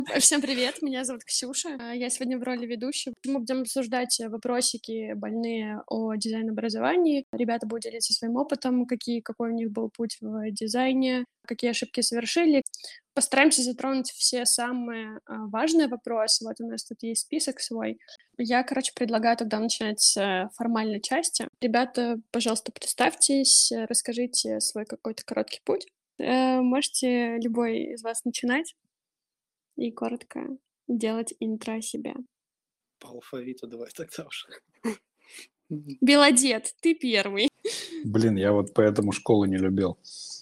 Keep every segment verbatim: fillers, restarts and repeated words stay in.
Всем привет, меня зовут Ксюша. А, Я сегодня в роли ведущей. Мы будем обсуждать э, вопросики больные о дизайн-образовании. Ребята будут делиться своим опытом, какие, какой у них был путь в дизайне, какие ошибки совершили. Постараемся затронуть все самые а, важные вопросы. Вот у нас тут есть список свой. Я, короче, предлагаю тогда начинать с э, формальной части. Ребята, пожалуйста, представьтесь, э, расскажите свой какой-то короткий путь. Э, Можете любой из вас начинать и коротко делать интро о себе. По алфавиту давай тогда уж. Белодед, ты первый. Блин, я вот поэтому школу не любил.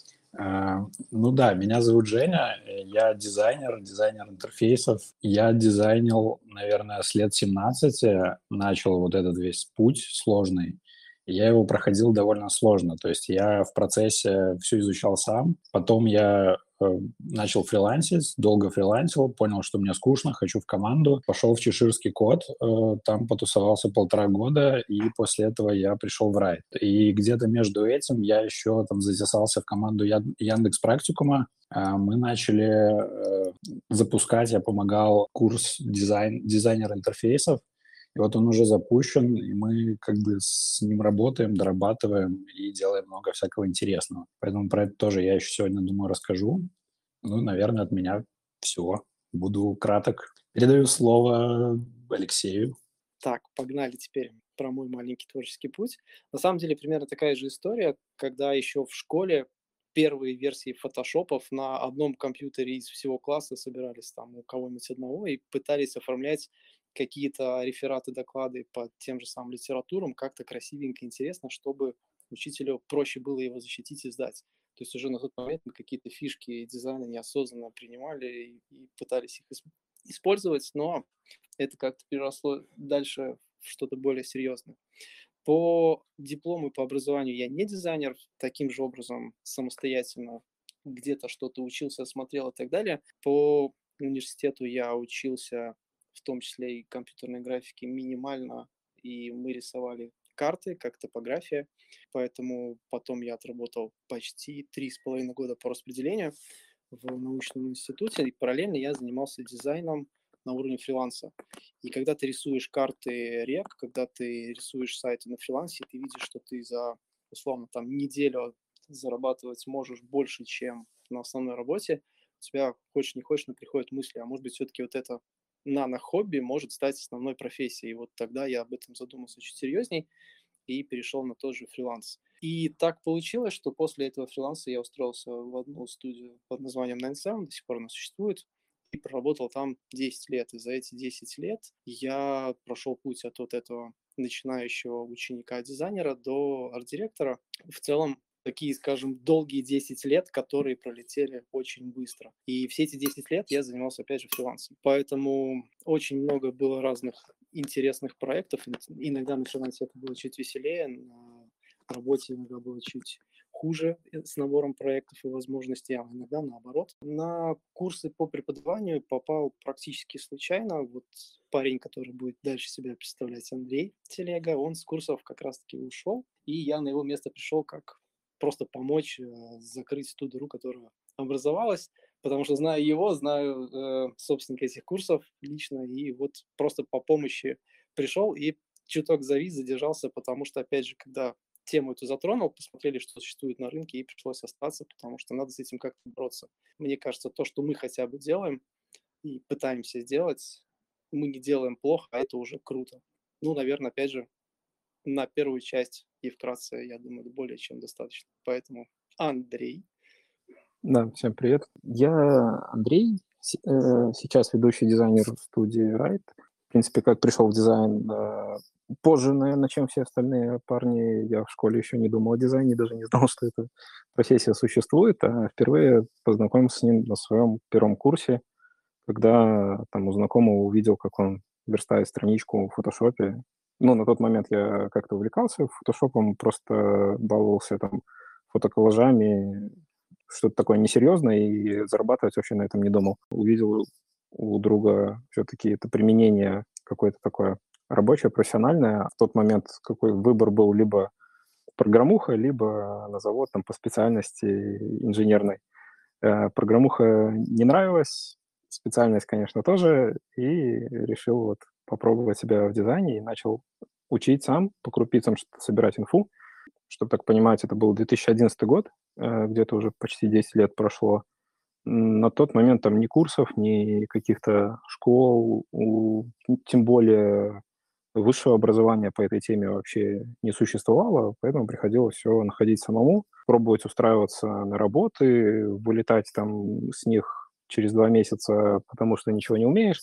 А, Ну да, меня зовут Женя, э, я дизайнер, дизайнер интерфейсов. Я дизайнил, наверное, с лет семнадцати, начал вот этот весь путь сложный. И я его проходил довольно сложно, то есть я в процессе все изучал сам. Потом я э, начал фрилансить, долго фрилансил, понял, что мне скучно, хочу в команду. Пошел в Чеширский код, э, там потусовался полтора года, и после этого я пришел в Райт. И где-то между этим я еще там затесался в команду Ян- Яндекс Практикума. А Мы начали э, запускать, я помогал курс дизайн, дизайнер интерфейсов. И вот он уже запущен, и мы как бы с ним работаем, дорабатываем и делаем много всякого интересного. Поэтому про это тоже я еще сегодня, думаю, расскажу. Ну, наверное, от меня все. Буду краток. Передаю слово Алексею. Так, погнали теперь про мой маленький творческий путь. На самом деле примерно такая же история, когда еще в школе первые версии фотошопов на одном компьютере из всего класса собирались там у кого-нибудь одного и пытались оформлять какие-то рефераты, доклады по тем же самым литературам как-то красивенько, интересно, чтобы учителю проще было его защитить и сдать. То есть уже на тот момент мы какие-то фишки дизайна неосознанно принимали и, и пытались их ис- использовать, но это как-то переросло дальше в что-то более серьезное. По диплому и по образованию я не дизайнер, таким же образом самостоятельно где-то что-то учился, смотрел и так далее. По университету я учился в том числе и компьютерной графике минимально, и мы рисовали карты, как топография, поэтому потом я отработал почти три с половиной года по распределению в научном институте, и параллельно я занимался дизайном на уровне фриланса. И когда ты рисуешь карты рек, когда ты рисуешь сайты на фрилансе, ты видишь, что ты за, условно, там неделю зарабатывать можешь больше, чем на основной работе, у тебя, хочешь не хочешь, но приходят мысли, а может быть, все-таки вот это нано-хобби может стать основной профессией. И вот тогда я об этом задумался чуть серьезней и перешел на тот же фриланс. И так получилось, что после этого фриланса я устроился в одну студию под названием Nine Seven, до сих пор она существует, и проработал там десять лет. И за эти десять лет я прошел путь от вот этого начинающего ученика-дизайнера до арт-директора. В целом, такие, скажем, долгие десять лет, которые пролетели очень быстро. И все эти десять лет я занимался, опять же, фрилансом. Поэтому очень много было разных интересных проектов. Иногда на фрилансе это было чуть веселее, на работе иногда было чуть хуже с набором проектов и возможностей, а иногда наоборот. На курсы по преподаванию попал практически случайно. Вот парень, который будет дальше себя представлять, Андрей Телега, он с курсов как раз-таки ушел, и я на его место пришел как просто помочь э, закрыть ту дыру, которая образовалась, потому что знаю его, знаю э, собственника этих курсов лично, и вот просто по помощи пришел и чуток завис, задержался, потому что, опять же, когда тему эту затронул, посмотрели, что существует на рынке, и пришлось остаться, потому что надо с этим как-то бороться. Мне кажется, то, что мы хотя бы делаем и пытаемся сделать, мы не делаем плохо, а это уже круто. Ну, наверное, опять же, на первую часть и вкратце, я думаю, более чем достаточно. Поэтому Андрей. Да, всем привет. Я Андрей, с- э, сейчас ведущий дизайнер в студии Right. В принципе, как пришел в дизайн э, позже, наверное, чем все остальные парни. Я в школе еще не думал о дизайне, даже не знал, что эта профессия существует, а впервые познакомился с ним на своем первом курсе, когда там у знакомого увидел, как он верстает страничку в фотошопе. Ну, на тот момент я как-то увлекался фотошопом, просто баловался там фотоколлажами, что-то такое несерьезное, и зарабатывать вообще на этом не думал. Увидел у друга все-таки это применение какое-то такое рабочее, профессиональное. В тот момент какой выбор был либо программуха, либо на завод там, по специальности инженерной. Э, Программуха не нравилась, специальность, конечно, тоже, и решил вот попробовать себя в дизайне и начал учить сам, по крупицам что-то собирать инфу. Чтобы так понимать, это был две тысячи одиннадцатый год, э, где-то уже почти десять лет прошло. М, На тот момент там ни курсов, ни каких-то школ, у- тем более высшего образования по этой теме вообще не существовало, поэтому приходилось все находить самому, пробовать устраиваться на работы, вылетать там с них через два месяца, потому что ничего не умеешь,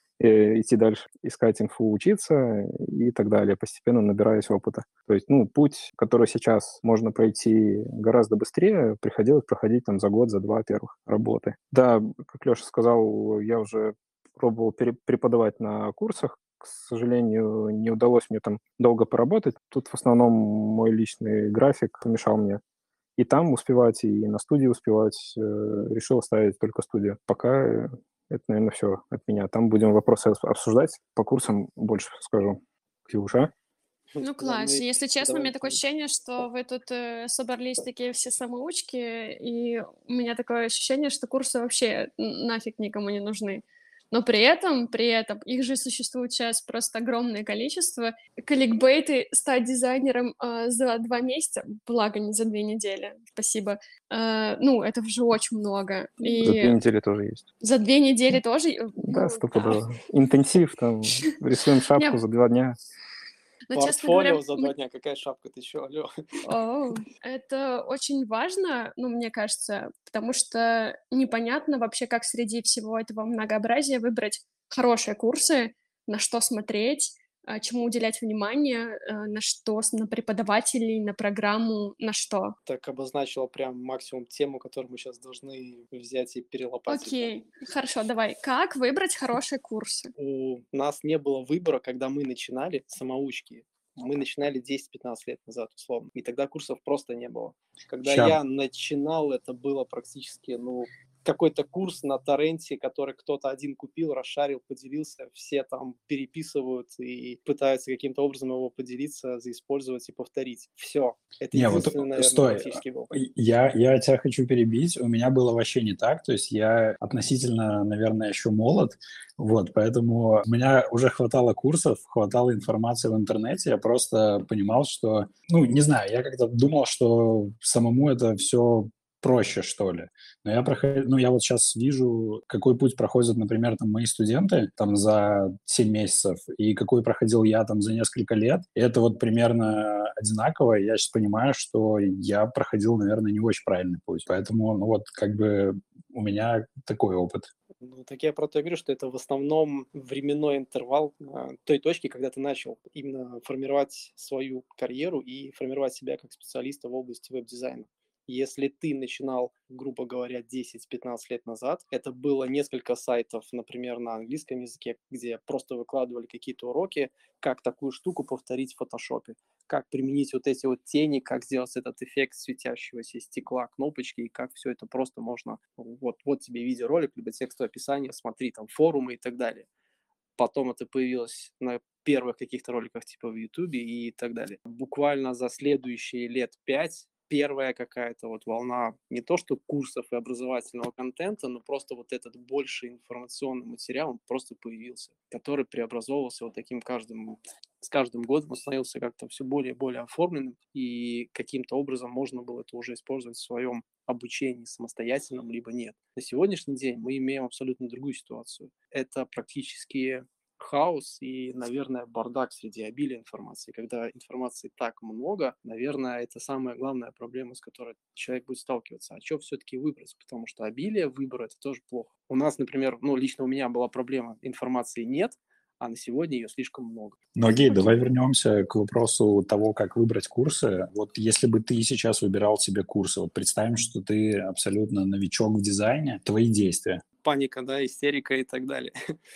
э, идти дальше, искать инфу, учиться и так далее, постепенно набираясь опыта. То есть, ну, путь, который сейчас можно пройти гораздо быстрее, приходилось проходить там за год, за два первых работы. Да, как Леша сказал, я уже пробовал пере- преподавать на курсах. К сожалению, не удалось мне там долго поработать. Тут в основном мой личный график помешал мне и там успевать, и на студии успевать. Э, Решил оставить только студию. Пока э, это, наверное, все от меня. Там будем вопросы ос- обсуждать. По курсам больше скажу. Ксюша? Ну, Да, класс. мы Если честно, у давай. меня такое ощущение, что вы тут э, собрались такие все самоучки, и у меня такое ощущение, что курсы вообще н- нафиг никому не нужны. Но при этом, при этом, их же существует сейчас просто огромное количество. Кликбейты стать дизайнером э, за два месяца, благо не за две недели, спасибо. Э, ну, это же очень много. За две И недели тоже есть. за две недели тоже, э, Да, ну, да. стопудово. Интенсив, там, рисуем шапку Не, за два дня. но, честно говоря, Портфолио за два дня, какая шапка, ты чё, алло? О, это очень важно, ну, мне кажется, потому что непонятно вообще, как среди всего этого многообразия выбрать хорошие курсы, на что смотреть, а, чему уделять внимание, э, на что, с- на преподавателей, на программу, на что. Так обозначила прям максимум тему, которую мы сейчас должны взять и перелопатить. Да. Окей, хорошо, давай. Как выбрать хорошие курсы? У нас не было выбора, когда мы начинали самоучки. Мы начинали десять-пятнадцать лет назад, условно. И тогда курсов просто не было. Когда Ща. я начинал, это было практически, ну, какой-то курс на торренте, который кто-то один купил, расшарил, поделился, все там переписывают и пытаются каким-то образом его поделиться, заиспользовать и повторить. Все. Это Не, вот единственный, наверное, стой, практически был. я, я тебя хочу перебить, у меня было вообще не так, то есть я относительно, наверное, еще молод, вот, поэтому у меня уже хватало курсов, хватало информации в интернете, я просто понимал, что, ну, не знаю, я как-то думал, что самому это все проще, что ли. Но я, проход... ну, я вот сейчас вижу, какой путь проходят, например, там, мои студенты там, за семь месяцев, и какой проходил я там за несколько лет. И это вот примерно одинаково. И я сейчас понимаю, что я проходил, наверное, не очень правильный путь. Поэтому, ну вот, как бы у меня такой опыт. Ну, так я про то и говорю, что это в основном временной интервал а, той точки, когда ты начал именно формировать свою карьеру и формировать себя как специалиста в области веб-дизайна. Если ты начинал, грубо говоря, десять-пятнадцать лет назад, это было несколько сайтов, например, на английском языке, где просто выкладывали какие-то уроки, как такую штуку повторить в фотошопе, как применить вот эти вот тени, как сделать этот эффект светящегося стекла, кнопочки, и как все это просто можно, вот, вот тебе видеоролик, либо текстовое описание, смотри, там, форумы и так далее. Потом это появилось на первых каких-то роликах типа в Ютубе и так далее. Буквально за следующие лет пять первая какая-то вот волна не то что курсов и образовательного контента, но просто вот этот больше информационный материал он просто появился, который преобразовывался вот таким каждым, с каждым годом он становился как-то все более и более оформленным, и каким-то образом можно было это уже использовать в своем обучении самостоятельном, либо нет. На сегодняшний день мы имеем абсолютно другую ситуацию. Это практически хаос и, наверное, бардак среди обилия информации. Когда информации так много, наверное, это самая главная проблема, с которой человек будет сталкиваться. А что все-таки выбрать? Потому что обилие выбора – это тоже плохо. У нас, например, ну, лично у меня была проблема, информации нет, а на сегодня ее слишком много. Но, Гей, давай вернемся к вопросу того, как выбрать курсы. Вот если бы ты сейчас выбирал себе курсы, вот представим, что ты абсолютно новичок в дизайне, твои действия. Паника, да, истерика и так далее.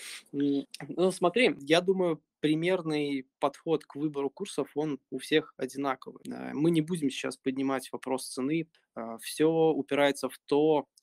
Ну, смотри, я думаю, примерный подход к выбору курсов, он у всех одинаковый. Мы не будем сейчас поднимать вопрос цены. Все упирается в то,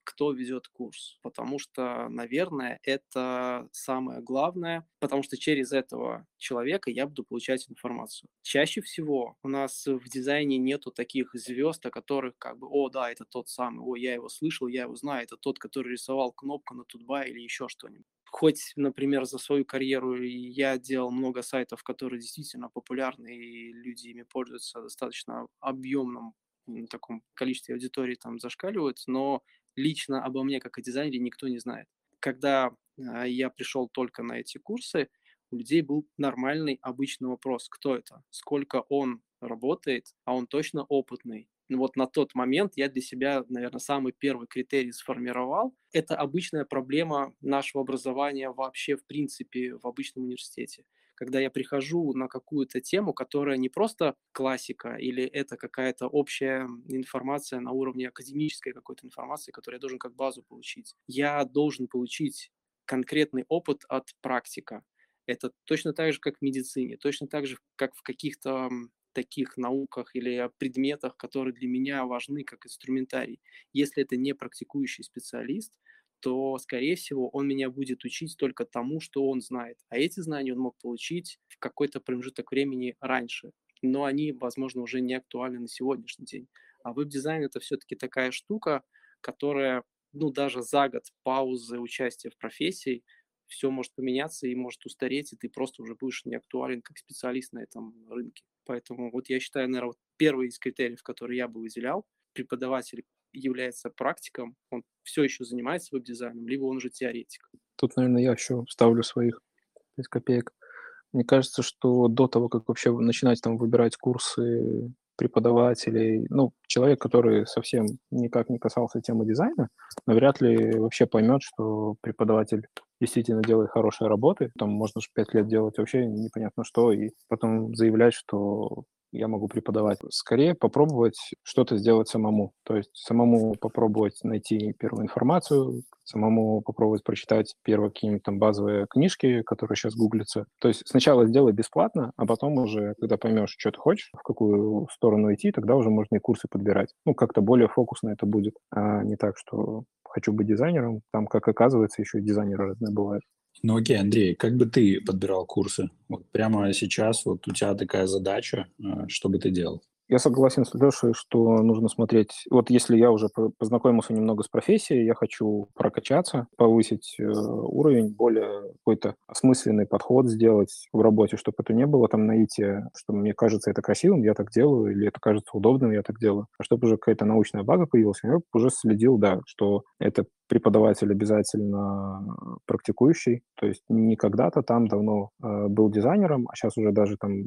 кто ведет курс, потому что, наверное, это самое главное, потому что через этого человека я буду получать информацию. Чаще всего у нас в дизайне нету таких звезд, о которых как бы, о, да, это тот самый, о, я его слышал, я его знаю, это тот, который рисовал кнопку на Тутбай или еще что-нибудь. Хоть, например, за свою карьеру я делал много сайтов, которые действительно популярны, и люди ими пользуются достаточно объемном м, таком количестве аудитории там зашкаливают, но лично обо мне как о дизайнере никто не знает. Когда а, я пришел только на эти курсы, у людей был нормальный обычный вопрос, кто это, сколько он работает, а он точно опытный. Ну вот на тот момент я для себя, наверное, самый первый критерий сформировал. Это обычная проблема нашего образования вообще, в принципе, в обычном университете. Когда я прихожу на какую-то тему, которая не просто классика или это какая-то общая информация на уровне академической какой-то информации, которую я должен как базу получить. Я должен получить конкретный опыт от практика. Это точно так же, как в медицине, точно так же, как в каких-то таких науках или предметах, которые для меня важны как инструментарий. Если это не практикующий специалист, то, скорее всего, он меня будет учить только тому, что он знает. А эти знания он мог получить в какой-то промежуток времени раньше. Но они, возможно, уже не актуальны на сегодняшний день. А веб-дизайн – это все-таки такая штука, которая, ну, даже за год паузы участия в профессии, все может поменяться и может устареть, и ты просто уже будешь не актуален как специалист на этом рынке. Поэтому вот я считаю, наверное, вот первый из критериев, который я бы выделял, преподаватель является практиком, он все еще занимается веб-дизайном, либо он уже теоретик. Тут, наверное, я еще вставлю своих пять копеек. Мне кажется, что до того, как вообще начинать там выбирать курсы преподавателей, ну, человек, который совсем никак не касался темы дизайна, навряд ли вообще поймет, что преподаватель действительно делает хорошие работы. Там можно же пять лет делать вообще непонятно что, и потом заявлять, что я могу преподавать. Скорее попробовать что-то сделать самому. То есть самому попробовать найти первую информацию, самому попробовать прочитать первые какие-нибудь там базовые книжки, которые сейчас гуглятся. То есть сначала сделай бесплатно, а потом уже, когда поймешь, что ты хочешь, в какую сторону идти, тогда уже можно и курсы подбирать. Ну, как-то более фокусно это будет, а не так, что хочу быть дизайнером. Там, как оказывается, еще и дизайнеры разные бывают. Ну окей, Андрей, как бы ты подбирал курсы? Вот прямо сейчас вот у тебя такая задача, э, что бы ты делал? Я согласен с Лешей, что нужно смотреть... Вот если я уже по- познакомился немного с профессией, я хочу прокачаться, повысить э, уровень, более какой-то осмысленный подход сделать в работе, чтобы это не было там наитие, что мне кажется это красивым, я так делаю, или это кажется удобным, я так делаю. А чтобы уже какая-то научная база появилась, я уже следил, да, что это преподаватель обязательно практикующий, то есть не когда-то там давно э, был дизайнером, а сейчас уже даже там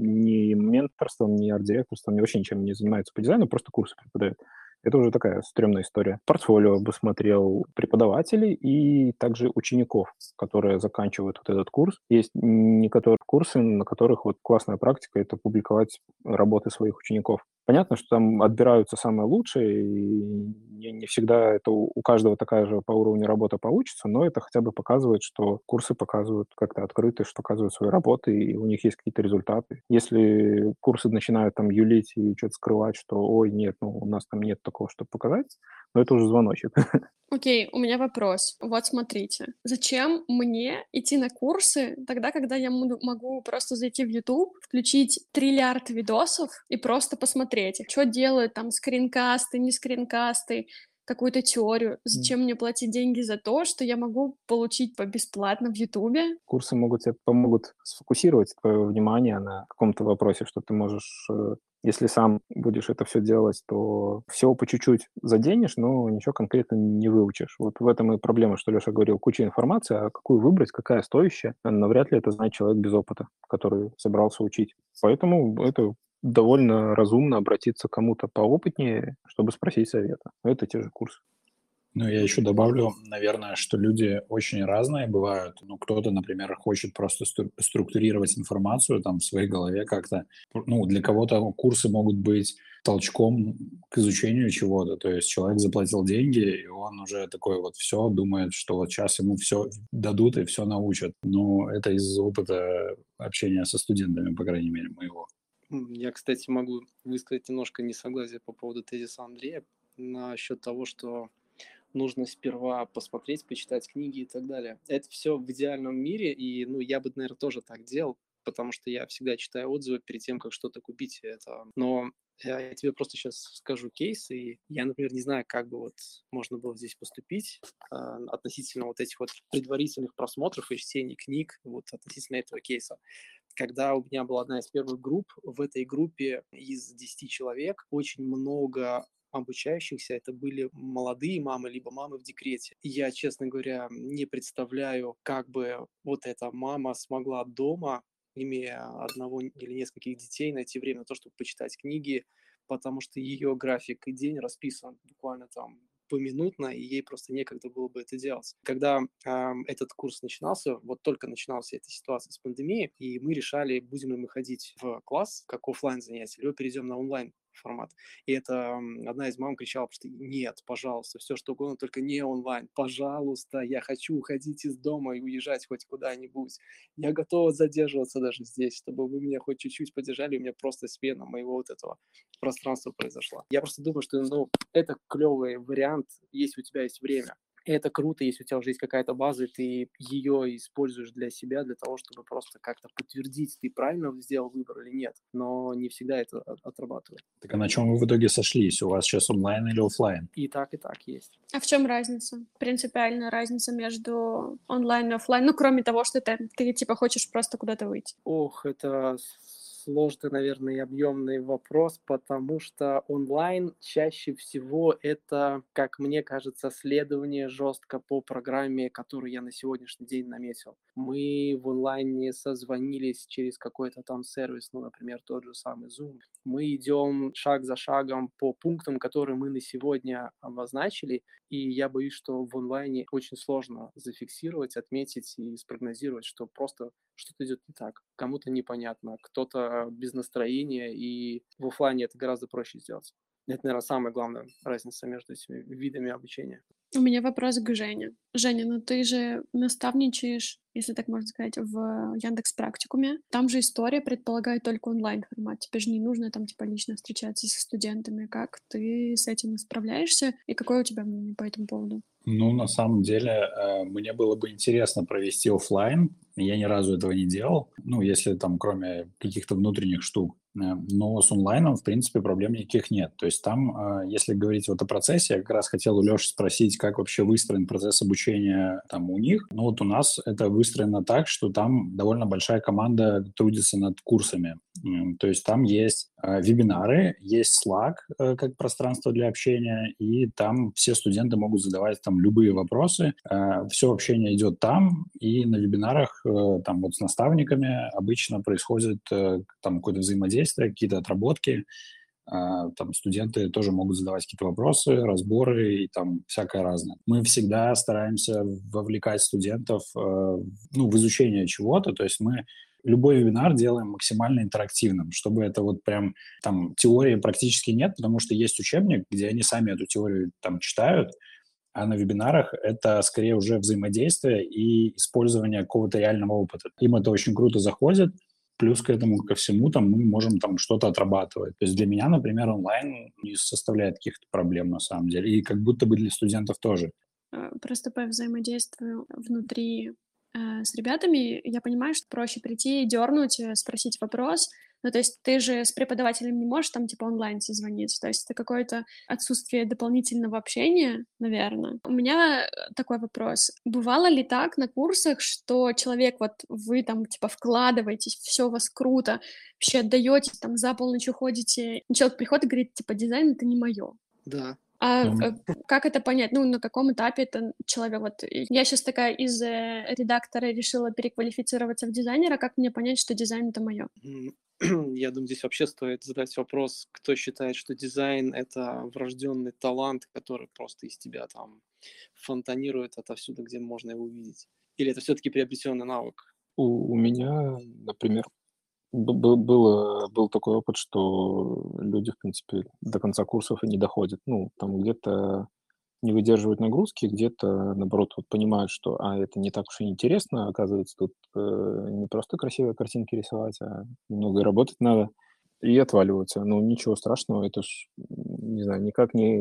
ни менторством, ни арт-директорством, ни вообще ничем не занимается по дизайну, просто курсы преподает. Это уже такая стрёмная история. Портфолио бы смотрел преподавателей и также учеников, которые заканчивают вот этот курс. Есть некоторые курсы, на которых вот классная практика — это публиковать работы своих учеников. Понятно, что там отбираются самые лучшие, и не, не всегда это у, у каждого такая же по уровню работа получится, но это хотя бы показывает, что курсы показывают как-то открыто, что показывают свои работы, и у них есть какие-то результаты. Если курсы начинают там юлить и что-то скрывать, что «Ой, нет, ну, у нас там нет такого, чтобы показать», но это уже звоночек. Окей, у меня вопрос. Вот смотрите, зачем мне идти на курсы тогда, когда я м- могу просто зайти в YouTube, включить триллиард видосов и просто посмотреть, что делают там скринкасты, не скринкасты, какую-то теорию. Зачем мне платить деньги за то, что я могу получить по бесплатно в Ютубе? Курсы могут тебе помогут сфокусировать твое внимание на каком-то вопросе, что ты можешь, э, если сам будешь это все делать, то всего по чуть-чуть заденешь, но ничего конкретно не выучишь. Вот в этом и проблема, что Леша говорил, куча информации, а какую выбрать, какая стоящая, навряд ли это знает человек без опыта, который собрался учить. Поэтому это довольно разумно обратиться к кому-то поопытнее, чтобы спросить совета. Это те же курсы. Ну, я еще добавлю, наверное, что люди очень разные бывают. Ну, кто-то, например, хочет просто стру- структурировать информацию там в своей голове как-то. Ну, для кого-то курсы могут быть толчком к изучению чего-то. То есть человек заплатил деньги, и он уже такой вот все думает, что вот сейчас ему все дадут и все научат. Ну, это из опыта общения со студентами, по крайней мере, моего. Я, кстати, могу высказать немножко несогласие по поводу тезиса Андрея насчет того, что нужно сперва посмотреть, почитать книги и так далее. Это все в идеальном мире, и, ну, я бы, наверное, тоже так делал, потому что я всегда читаю отзывы перед тем, как что-то купить. Это... Но я тебе просто сейчас скажу кейс, и я, например, не знаю, как бы вот можно было здесь поступить э, относительно вот этих вот предварительных просмотров и чтений книг вот относительно этого кейса. Когда у меня была одна из первых групп, в этой группе из десяти человек очень много обучающихся, это были молодые мамы, либо мамы в декрете. И я, честно говоря, не представляю, как бы вот эта мама смогла дома, имея одного или нескольких детей, найти время на то, чтобы почитать книги, потому что ее график и день расписан буквально там поминутно, и ей просто некогда было бы это делать. Когда э, этот курс начинался, вот только начиналась эта ситуация с пандемией, и мы решали, будем ли мы ходить в класс, как офлайн занятие, либо перейдем на онлайн формат. И это э, одна из мам кричала, что нет, пожалуйста, все что угодно, только не онлайн. Пожалуйста, я хочу уходить из дома и уезжать хоть куда-нибудь. Я готова задерживаться даже здесь, чтобы вы меня хоть чуть-чуть поддержали, у меня просто смена моего вот этого пространства произошла. Я просто думаю, что ну, это клевый вариант, если у тебя есть время. И это круто, если у тебя уже есть какая-то база, и ты ее используешь для себя, для того, чтобы просто как-то подтвердить, ты правильно сделал выбор или нет. Но не всегда это отрабатывает. Так а на чем вы в итоге сошлись? У вас сейчас онлайн или офлайн? И так, и так есть. А в чем разница? Принципиальная разница между онлайн и офлайн? Ну, кроме того, что ты, ты типа хочешь просто куда-то выйти. Ох, это сложный, наверное, и объемный вопрос, потому что онлайн чаще всего это, как мне кажется, следование жестко по программе, которую я на сегодняшний день наметил. Мы в онлайне созвонились через какой-то там сервис, ну, например, тот же самый Zoom. Мы идем шаг за шагом по пунктам, которые мы на сегодня обозначили, и я боюсь, что в онлайне очень сложно зафиксировать, отметить и спрогнозировать, что просто что-то идет не так. Кому-то непонятно, кто-то без настроения, и в офлайне это гораздо проще сделать. Это, наверное, самая главная разница между этими видами обучения. У меня вопрос к Жене. Женя, ну ты же наставничаешь, если так можно сказать, в Яндекс.Практикуме. Там же история предполагает только онлайн-формат. Тебе же не нужно там типа лично встречаться со студентами. Как ты с этим справляешься? И какое у тебя мнение по этому поводу? Ну, на самом деле, мне было бы интересно провести офлайн. Я ни разу этого не делал. Ну, если там, кроме каких-то внутренних штук. Но с онлайном, в принципе, проблем никаких нет. То есть там, если говорить вот о процессе, я как раз хотел у Леши спросить, как вообще выстроен процесс обучения там у них. Ну, вот у нас это выстроено так, что там довольно большая команда трудится над курсами. То есть там есть вебинары, есть Slack как пространство для общения, и там все студенты могут задавать там любые вопросы. Все общение идет там, и на вебинарах там вот с наставниками обычно происходит там какое-то взаимодействие, какие-то отработки. Там студенты тоже могут задавать какие-то вопросы, разборы и там всякое разное. Мы всегда стараемся вовлекать студентов ну, в изучение чего-то, то есть мы любой вебинар делаем максимально интерактивным, чтобы это вот прям там теории практически нет, потому что есть учебник, где они сами эту теорию там читают, а на вебинарах это скорее уже взаимодействие и использование какого-то реального опыта. Им это очень круто заходит. Плюс к этому, ко всему, там мы можем там что-то отрабатывать. То есть для меня, например, онлайн не составляет каких-то проблем на самом деле. И как будто бы для студентов тоже. Просто по взаимодействию внутри э, с ребятами я понимаю, что проще прийти, дернуть, спросить вопрос. Ну, то есть ты же с преподавателем не можешь там типа онлайн созвониться. То есть это какое-то отсутствие дополнительного общения, наверное. У меня такой вопрос. Бывало ли так на курсах, что человек, вот вы там типа вкладываетесь, все у вас круто, вообще отдаете, там за полночь уходите, и человек приходит и говорит, типа, дизайн — это не мое. Да. А mm-hmm. как это понять? Ну, на каком этапе это человек? Вот я сейчас такая из э, редактора решила переквалифицироваться в дизайнера. Как мне понять, что дизайн — это мое? Я думаю, здесь вообще стоит задать вопрос, кто считает, что дизайн — это врожденный талант, который просто из тебя там фонтанирует отовсюду, где можно его увидеть. Или это все-таки приобретенный навык? У, у меня, например, был, был, был такой опыт, что люди, в принципе, до конца курсов и не доходят. Ну, там где-то не выдерживают нагрузки, где-то, наоборот, вот понимают, что а, это не так уж и интересно, оказывается, тут э, не просто красивые картинки рисовать, а много и работать надо, и отваливаются. Ну, ничего страшного, это ж, не знаю, никак не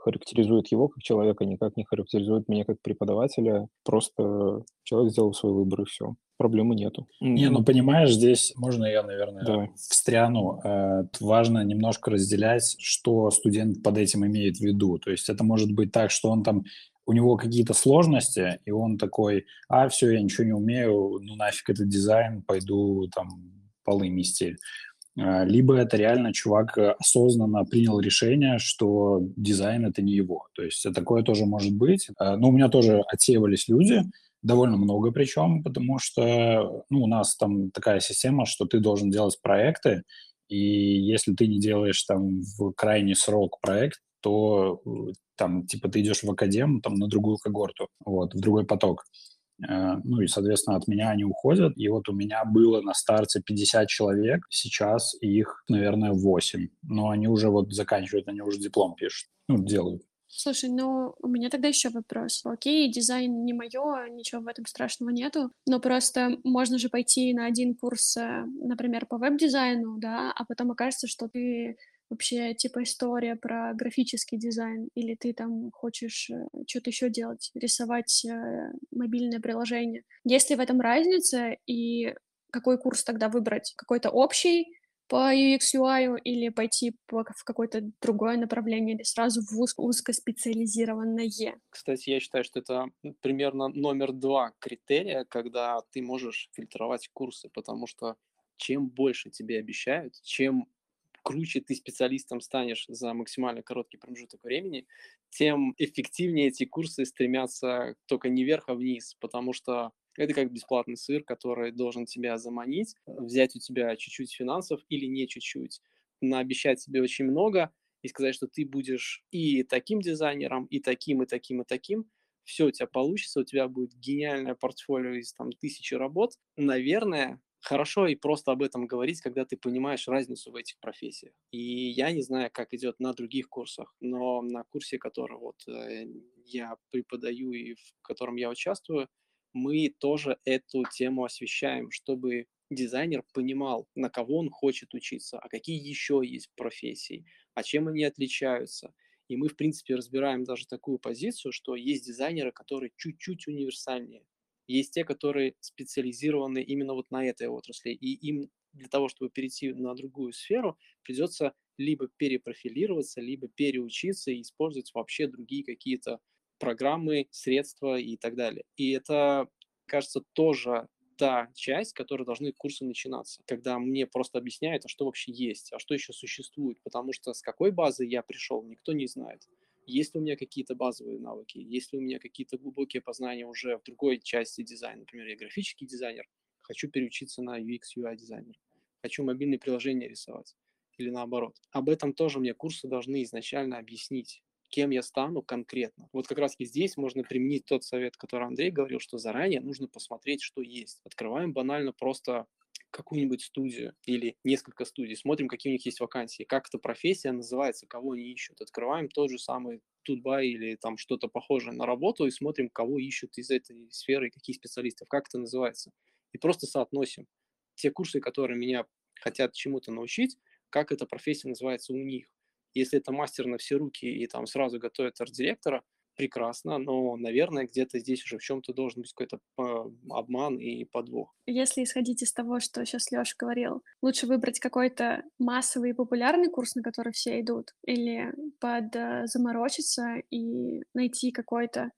характеризует его как человека, никак не характеризует меня как преподавателя. Просто человек сделал свой выбор, и все. Проблемы нету. Не, ну понимаешь, здесь можно я, наверное, Давай. встряну. Э, Важно немножко разделять, что студент под этим имеет в виду. То есть это может быть так, что он там, у него какие-то сложности, и он такой, а, все, я ничего не умею, ну нафиг этот дизайн, пойду там полы мести. Э, Либо это реально чувак э, осознанно принял решение, что дизайн — это не его. То есть э, такое тоже может быть. Э, Ну, у меня тоже отсеивались люди, довольно много причем, потому что ну, у нас там такая система, что ты должен делать проекты, и если ты не делаешь там в крайний срок проект, то э, там типа ты идешь в академ там на другую когорту, вот, в другой поток. Э, Ну и, соответственно, от меня они уходят. И вот у меня было на старте пятьдесят человек, сейчас их, наверное, восемь. Но они уже вот заканчивают, они уже диплом пишут, ну, делают. Слушай, ну у меня тогда еще вопрос. Окей, дизайн не мое, ничего в этом страшного нету, но просто можно же пойти на один курс, э, например, по веб-дизайну, да, а потом окажется, что ты вообще типа история про графический дизайн, или ты там хочешь что-то еще делать, рисовать э, мобильное приложение. Есть ли в этом разница, и какой курс тогда выбрать? Какой-то общий по ю экс ю ай или пойти по, в какое-то другое направление, или сразу в уз- узкоспециализированное? Кстати, я считаю, что это примерно номер два критерия, когда ты можешь фильтровать курсы, потому что чем больше тебе обещают, чем круче ты специалистом станешь за максимально короткий промежуток времени, тем эффективнее эти курсы стремятся только не вверх, а вниз, потому что это как бесплатный сыр, который должен тебя заманить, взять у тебя чуть-чуть финансов или не чуть-чуть, наобещать себе очень много и сказать, что ты будешь и таким дизайнером, и таким, и таким, и таким. Все у тебя получится, у тебя будет гениальное портфолио из там тысячи работ. Наверное, хорошо и просто об этом говорить, когда ты понимаешь разницу в этих профессиях. И я не знаю, как идет на других курсах, но на курсе, который вот э, я преподаю и в котором я участвую, мы тоже эту тему освещаем, чтобы дизайнер понимал, на кого он хочет учиться, а какие еще есть профессии, а чем они отличаются. И мы, в принципе, разбираем даже такую позицию, что есть дизайнеры, которые чуть-чуть универсальнее. Есть те, которые специализированы именно вот на этой отрасли. И им для того, чтобы перейти на другую сферу, придется либо перепрофилироваться, либо переучиться и использовать вообще другие какие-то программы, средства и так далее. И это, кажется, тоже та часть, с которой должны курсы начинаться, когда мне просто объясняют, а что вообще есть, а что еще существует, потому что с какой базы я пришел, никто не знает. Есть ли у меня какие-то базовые навыки, есть ли у меня какие-то глубокие познания уже в другой части дизайна, например, я графический дизайнер, хочу переучиться на ю экс ю ай дизайнер, хочу мобильные приложения рисовать или наоборот. Об этом тоже мне курсы должны изначально объяснить, кем я стану конкретно. Вот как раз и здесь можно применить тот совет, который Андрей говорил, что заранее нужно посмотреть, что есть. Открываем банально просто какую-нибудь студию или несколько студий, смотрим, какие у них есть вакансии, как эта профессия называется, кого они ищут. Открываем тот же самый Тутбай или там что-то похожее на работу и смотрим, кого ищут из этой сферы, каких специалистов, как это называется. И просто соотносим те курсы, которые меня хотят чему-то научить, как эта профессия называется у них. Если это мастер на все руки и там сразу готовят арт-директора, прекрасно, но, наверное, где-то здесь уже в чем-то должен быть какой-то э, обман и подвох. Если исходить из того, что сейчас Лёша говорил, лучше выбрать какой-то массовый и популярный курс, на который все идут, или под э, заморочиться и найти какой-то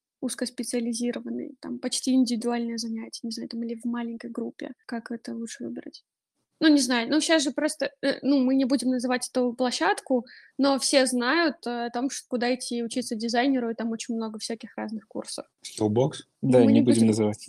узкоспециализированный, там, почти индивидуальное занятие, не знаю, там, или в маленькой группе. Как это лучше выбрать? Ну, не знаю, ну, сейчас же просто, э, ну, мы не будем называть эту площадку, но все знают э, о том, что куда идти учиться дизайнеру, и там очень много всяких разных курсов. Skillbox? Да, Мы не не будем будем- называть.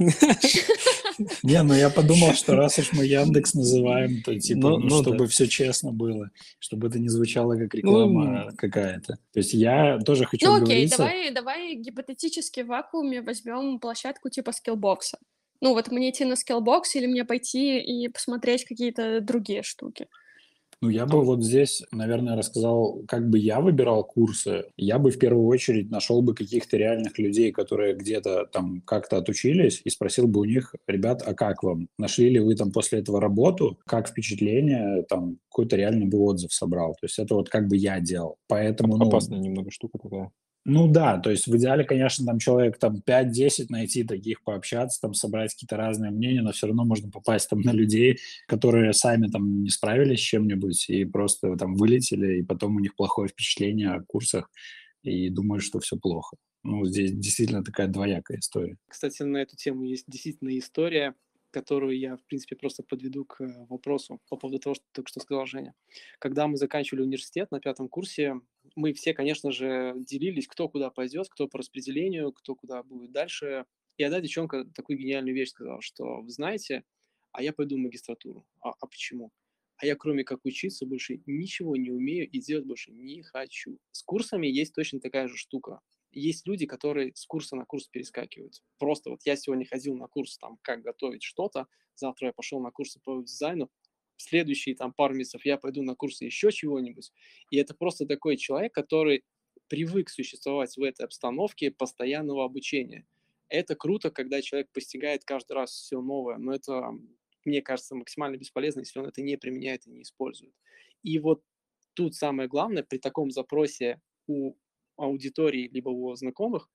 Не, ну я подумал, что раз уж мы Яндекс называем, то типа, Ну, ну, ну чтобы да. все честно было, чтобы это не звучало как реклама какая-то. То есть я тоже хочу Ну, окей, оговориться. давай, давай гипотетически в вакууме возьмем площадку типа скиллбокса. Ну, вот мне идти на скиллбокс или мне пойти и посмотреть какие-то другие штуки? Ну, я бы вот здесь, наверное, рассказал, как бы я выбирал курсы. Я бы в первую очередь нашел бы каких-то реальных людей, которые где-то там как-то отучились, и спросил бы у них: ребят, а как вам? Нашли ли вы там после этого работу? Как впечатление? Там какой-то реальный бы отзыв собрал. То есть это вот как бы я делал. Поэтому, ну, Опасная немного штука такая. ну да, то есть в идеале, конечно, там человек там пять-десять найти таких, пообщаться, там собрать какие-то разные мнения, но все равно можно попасть там на людей, которые сами там не справились с чем-нибудь и просто там вылетели, и потом у них плохое впечатление о курсах и думают, что все плохо. Ну, здесь действительно такая двоякая история. Кстати, на эту тему есть действительно история, которую я, в принципе, просто подведу к вопросу по поводу того, что только что сказал Женя. Когда мы заканчивали университет на пятом курсе, мы все, конечно же, делились, кто куда пойдет, кто по распределению, кто куда будет дальше. И одна девчонка такую гениальную вещь сказала, что, вы знаете, а я пойду в магистратуру. А, а почему? А я, кроме как учиться, больше ничего не умею и делать больше не хочу. С курсами есть точно такая же штука. Есть люди, которые с курса на курс перескакивают. Просто вот я сегодня ходил на курс, там, как готовить что-то, завтра я пошел на курсы по дизайну, в следующие там пару месяцев я пойду на курсы еще чего-нибудь. И это просто такой человек, который привык существовать в этой обстановке постоянного обучения. Это круто, когда человек постигает каждый раз все новое, но это, мне кажется, максимально бесполезно, если он это не применяет и не использует. И вот тут самое главное, при таком запросе у аудитории, либо у знакомых,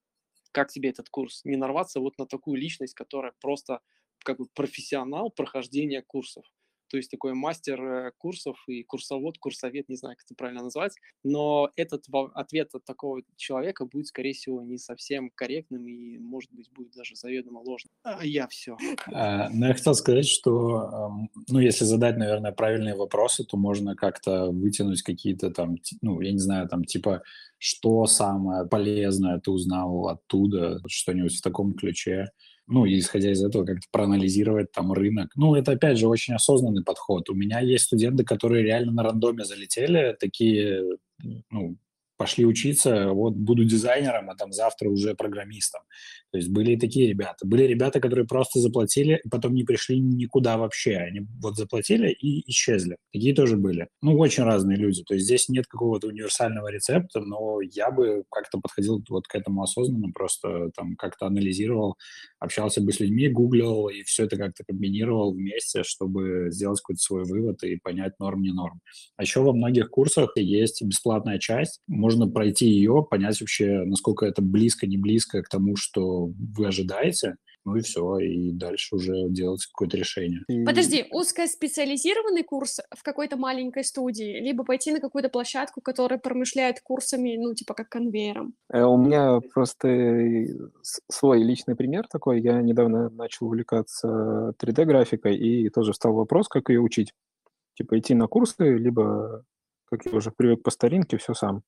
как тебе этот курс, не нарваться вот на такую личность, которая просто как бы профессионал прохождения курсов. То есть такой мастер курсов и курсовод, курсовед, не знаю, как это правильно назвать, но этот ответ от такого человека будет, скорее всего, не совсем корректным и, может быть, будет даже заведомо ложным. А я все. Ну, я хотел сказать, что, ну, если задать, наверное, правильные вопросы, то можно как-то вытянуть какие-то там, ну, я не знаю, там, типа, что самое полезное ты узнал оттуда, что-нибудь в таком ключе. Ну, и исходя из этого, как-то проанализировать там рынок. Ну, это, опять же, очень осознанный подход. У меня есть студенты, которые реально на рандоме залетели, такие, ну, пошли учиться, вот буду дизайнером, а там завтра уже программистом. То есть были и такие ребята. Были ребята, которые просто заплатили, и потом не пришли никуда вообще. Они вот заплатили и исчезли. Такие тоже были. Ну, очень разные люди. То есть здесь нет какого-то универсального рецепта, но я бы как-то подходил вот к этому осознанно, просто там как-то анализировал, общался бы с людьми, гуглил, и все это как-то комбинировал вместе, чтобы сделать какой-то свой вывод и понять норм, не норм. А еще во многих курсах есть бесплатная часть. Можно пройти ее, понять вообще, насколько это близко, не близко к тому, что вы ожидаете, ну и все, и дальше уже делать какое-то решение. Подожди, узкоспециализированный курс в какой-то маленькой студии, либо пойти на какую-то площадку, которая промышляет курсами, ну, типа как конвейером? У меня просто свой личный пример такой. Я недавно начал увлекаться три дэ-графикой, и тоже встал вопрос, как ее учить. Типа идти на курсы, либо, как я уже привык по старинке, все сам.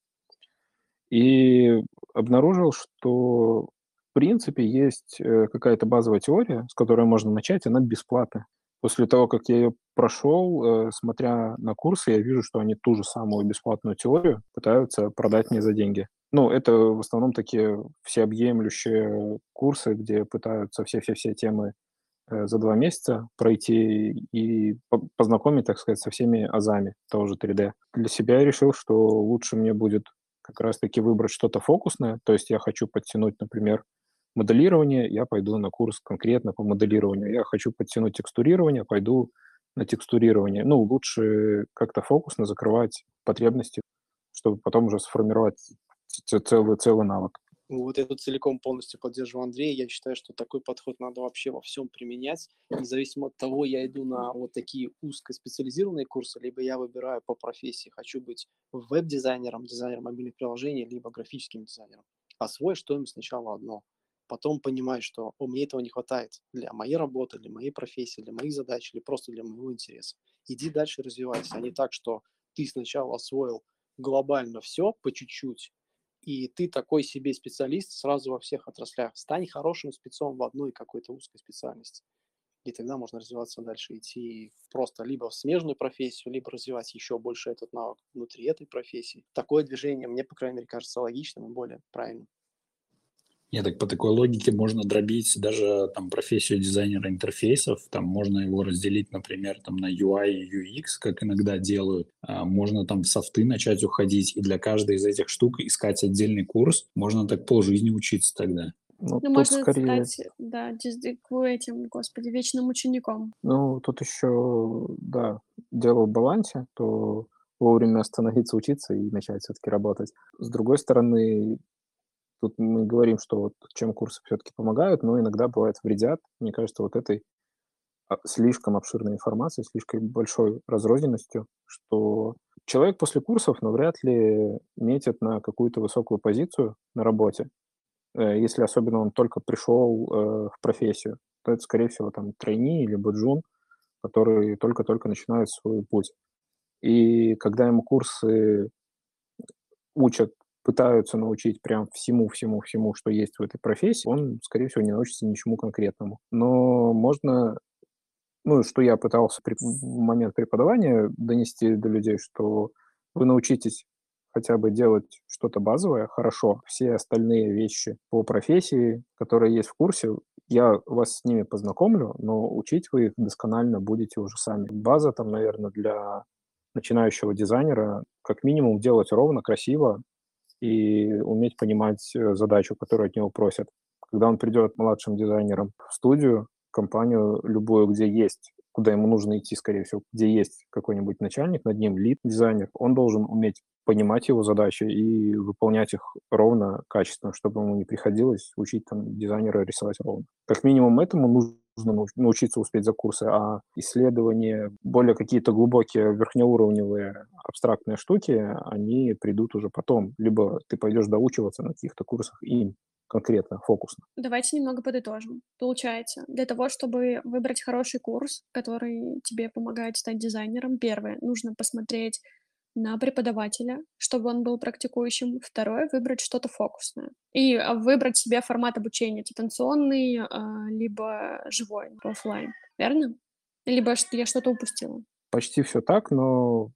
И обнаружил, что в принципе есть какая-то базовая теория, с которой можно начать, она бесплатная. После того, как я ее прошел, смотря на курсы, я вижу, что они ту же самую бесплатную теорию пытаются продать мне за деньги. Ну, это в основном такие всеобъемлющие курсы, где пытаются все-все-все темы за два месяца пройти и познакомить, так сказать, со всеми азами того же три дэ. Для себя я решил, что лучше мне будет как раз-таки выбрать что-то фокусное, то есть я хочу подтянуть, например, моделирование, я пойду на курс конкретно по моделированию. Я хочу подтянуть текстурирование, пойду на текстурирование. Ну, лучше как-то фокусно закрывать потребности, чтобы потом уже сформировать целый, целый навык. Вот я тут целиком полностью поддерживаю Андрея. Я считаю, что такой подход надо вообще во всем применять. Независимо от того, я иду на вот такие узкоспециализированные курсы, либо я выбираю по профессии. Хочу быть веб-дизайнером, дизайнером мобильных приложений, либо графическим дизайнером. Освой что-нибудь сначала одно. Потом понимать, что о, мне этого не хватает для моей работы, для моей профессии, для моих задач или просто для моего интереса. Иди дальше развивайся, а не так, что ты сначала освоил глобально все по чуть-чуть, и ты такой себе специалист сразу во всех отраслях. Стань хорошим спецом в одной какой-то узкой специальности. И тогда можно развиваться дальше, идти просто либо в смежную профессию, либо развивать еще больше этот навык внутри этой профессии. Такое движение мне, по крайней мере, кажется логичным и более правильным. Нет, так по такой логике можно дробить даже там профессию дизайнера интерфейсов, там можно его разделить, например, там на ю ай и ю экс, как иногда делают. А, можно там в софты начать уходить, и для каждой из этих штук искать отдельный курс. Можно так полжизни учиться тогда. Ну, Ну, тут можно скорее, стать, да, диз- к этим, господи, вечным учеником. ну, тут еще, да, дело в балансе, то вовремя остановиться, учиться и начать все-таки работать. С другой стороны, тут мы говорим, что вот чем курсы все-таки помогают, но иногда бывает вредят. Мне кажется, вот этой а, слишком обширной информацией, слишком большой разрозненностью, что человек после курсов навряд ли метит на какую-то высокую позицию на работе. Э, Если особенно он только пришел э, в профессию, то это, скорее всего, там трейни или джун, который только-только начинает свой путь. И когда ему курсы учат, пытаются научить прям всему-всему-всему, что есть в этой профессии, он, скорее всего, не научится ничему конкретному. Но можно, ну, что я пытался при, в момент преподавания донести до людей, что вы научитесь хотя бы делать что-то базовое хорошо. Все остальные вещи по профессии, которые есть в курсе, я вас с ними познакомлю, но учить вы их досконально будете уже сами. База там, наверное, для начинающего дизайнера как минимум делать ровно, красиво и уметь понимать э, задачу, которую от него просят. Когда он придет младшим дизайнером в студию, компанию любую, где есть, куда ему нужно идти, скорее всего, где есть какой-нибудь начальник над ним, лид-дизайнер, он должен уметь понимать его задачи и выполнять их ровно, качественно, чтобы ему не приходилось учить там дизайнера рисовать ровно. Как минимум этому нужно науч- научиться успеть за курсы, а исследования, более какие-то глубокие, верхнеуровневые, абстрактные штуки, они придут уже потом. Либо ты пойдешь доучиваться на каких-то курсах им конкретно, фокусно. Давайте немного подытожим. Получается, для того, чтобы выбрать хороший курс, который тебе помогает стать дизайнером, первое, нужно посмотреть на преподавателя, чтобы он был практикующим. Второе, выбрать что-то фокусное. И а, выбрать себе формат обучения, дистанционный, а, либо живой, оффлайн. Верно? Либо ш- я что-то упустила. Почти все так, но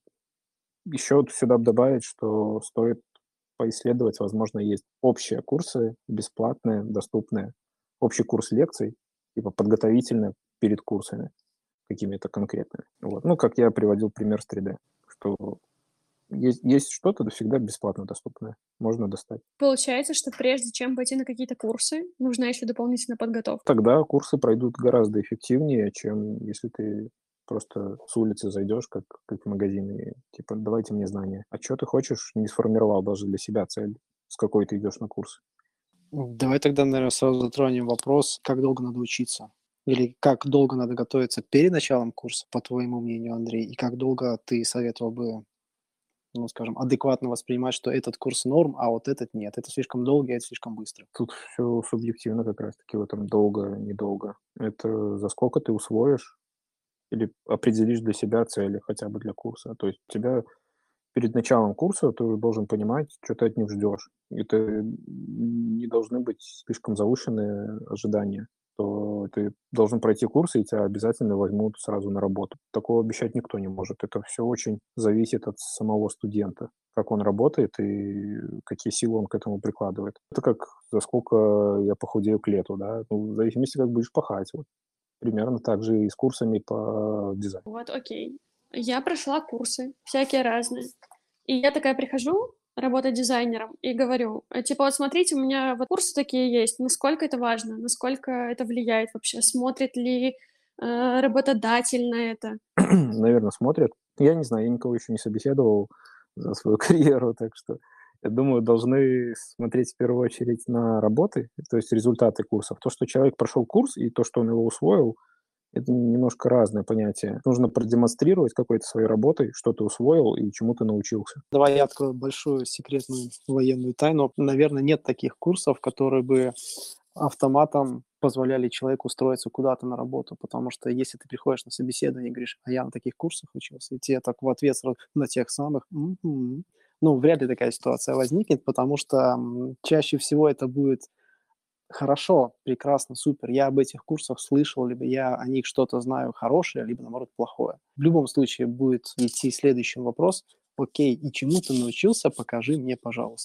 еще вот сюда б добавить, что стоит поисследовать, возможно, есть общие курсы, бесплатные, доступные, общий курс лекций, типа подготовительные перед курсами какими-то конкретными. Вот. Ну, как я приводил пример с три дэ, что есть, есть что-то да всегда бесплатно доступное, можно достать. Получается, что прежде чем пойти на какие-то курсы, нужна еще дополнительная подготовка. Тогда курсы пройдут гораздо эффективнее, чем если ты просто с улицы зайдешь, как, как в магазин, и типа, давайте мне знания. А что ты хочешь, не сформировал даже для себя цель, с какой ты идешь на курс. Давай тогда, наверное, сразу затронем вопрос, как долго надо учиться. Или как долго надо готовиться перед началом курса, по твоему мнению, Андрей, и как долго ты советовал бы, ну, скажем, адекватно воспринимать, что этот курс норм, а вот этот нет. Это слишком долго, а это слишком быстро. Тут все субъективно как раз-таки в этом долго, недолго. Это за сколько ты усвоишь или определишь для себя цели хотя бы для курса. То есть у тебя перед началом курса ты должен понимать, что ты от них ждешь. Это не должны быть слишком завышенные ожидания. То ты должен пройти курс, и тебя обязательно возьмут сразу на работу. Такого обещать никто не может. Это все очень зависит от самого студента, как он работает и какие силы он к этому прикладывает. Это как за сколько я похудею к лету, да? Ну, в зависимости, как будешь пахать. Вот. Примерно так же и с курсами по дизайну. Вот, окей. Я прошла курсы, всякие разные. И я такая прихожу работать дизайнером и говорю, э, типа, вот смотрите, у меня вот курсы такие есть, насколько это важно, насколько это влияет вообще, смотрит ли э, работодатель на это. Наверное, смотрят. Я не знаю, я никого еще не собеседовал за свою карьеру, так что я думаю, должны смотреть в первую очередь на работы, то есть результаты курсов. То, что человек прошел курс и то, что он его усвоил, это немножко разное понятие. Нужно продемонстрировать какой-то своей работой, что ты усвоил и чему ты научился. Давай я открою большую секретную военную тайну. Наверное, нет таких курсов, которые бы автоматом позволяли человеку устроиться куда-то на работу, потому что если ты приходишь на собеседование и говоришь, а я на таких курсах учился, и тебе так в ответ сразу на тех самых, м-м-м. Ну, вряд ли такая ситуация возникнет, потому что м, чаще всего это будет хорошо, прекрасно, супер, я об этих курсах слышал, либо я о них что-то знаю хорошее, либо, наоборот, плохое. В любом случае будет идти следующий вопрос, окей, и чему ты научился, покажи мне, пожалуйста.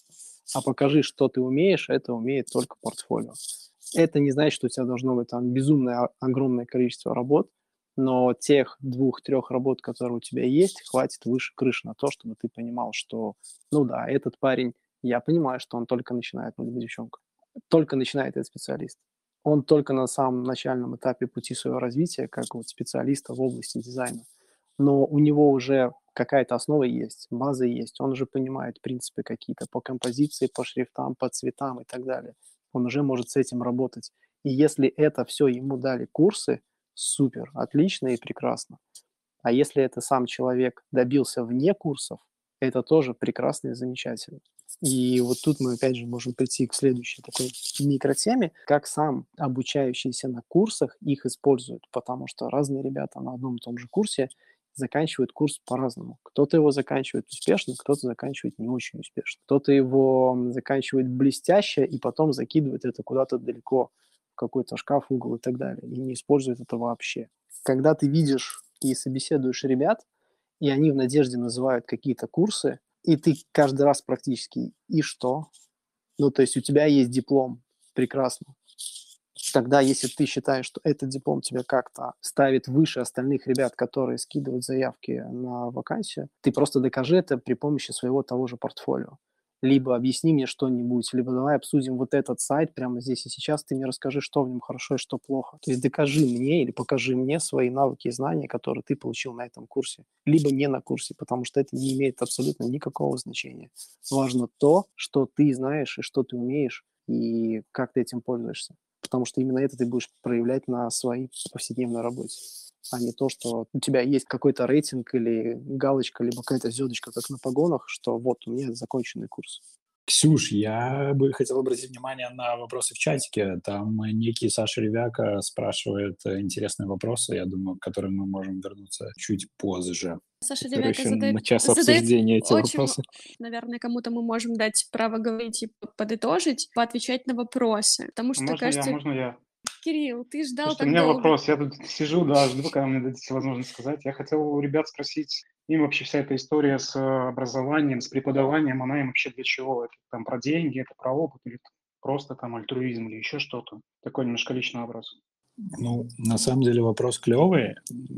а покажи, что ты умеешь, это умеет только портфолио. Это не значит, что у тебя должно быть там безумное огромное количество работ, но тех двух-трех работ, которые у тебя есть, хватит выше крыши на то, чтобы ты понимал, что, ну да, этот парень, я понимаю, что он только начинает, ну, девчонка, только начинает этот специалист. Он только на самом начальном этапе пути своего развития, как вот специалиста в области дизайна. Но у него уже какая-то основа есть, база есть, он уже понимает принципы какие-то по композиции, по шрифтам, по цветам и так далее. Он уже может с этим работать. И если это все ему дали курсы, супер, отлично и прекрасно. А если это сам человек добился вне курсов, это тоже прекрасно и замечательно. И вот тут мы опять же можем прийти к следующей такой микротеме, как сам обучающийся на курсах их используют, потому что разные ребята на одном и том же курсе заканчивают курс по-разному. Кто-то его заканчивает успешно, кто-то заканчивает не очень успешно. Кто-то его заканчивает блестяще и потом закидывает это куда-то далеко, в какой-то шкаф, угол и так далее, и не использует это вообще. Когда ты видишь и собеседуешь ребят, и они в надежде называют какие-то курсы, и ты каждый раз практически, и что? Ну, то есть у тебя есть диплом, прекрасно. Тогда, если ты считаешь, что этот диплом тебя как-то ставит выше остальных ребят, которые скидывают заявки на вакансию, ты просто докажи это при помощи своего того же портфолио. Либо объясни мне что-нибудь, либо давай обсудим вот этот сайт прямо здесь и сейчас, ты мне расскажи, что в нем хорошо и что плохо. То есть докажи мне или покажи мне свои навыки и знания, которые ты получил на этом курсе, либо не на курсе, потому что это не имеет абсолютно никакого значения. Важно то, что ты знаешь и что ты умеешь, и как ты этим пользуешься. Потому что именно это ты будешь проявлять на своей повседневной работе, а не то, что у тебя есть какой-то рейтинг или галочка, либо какая-то звездочка, как на погонах, что вот у меня законченный курс. Ксюш, я бы хотел обратить внимание на вопросы в чатике. Там некий Саша Ревяка спрашивает интересные вопросы, я думаю, к которым мы можем вернуться чуть позже. Саша Который Ревяка еще задает, на час задает обсуждения эти очень... вопросы. Наверное, кому-то мы можем дать право говорить и подытожить, поотвечать на вопросы, потому что, Можно кажется... я, можно я? Кирилл, ты ждал Слушайте, у так меня долго. вопрос. Я тут сижу, да, жду, когда мне дадите возможность сказать. Я хотел у ребят спросить, им вообще вся эта история с образованием, с преподаванием, она им вообще для чего? Это там про деньги, это про опыт, или просто там альтруизм, или еще что-то? Такой немножко личный вопрос. Ну, на самом деле вопрос клевый.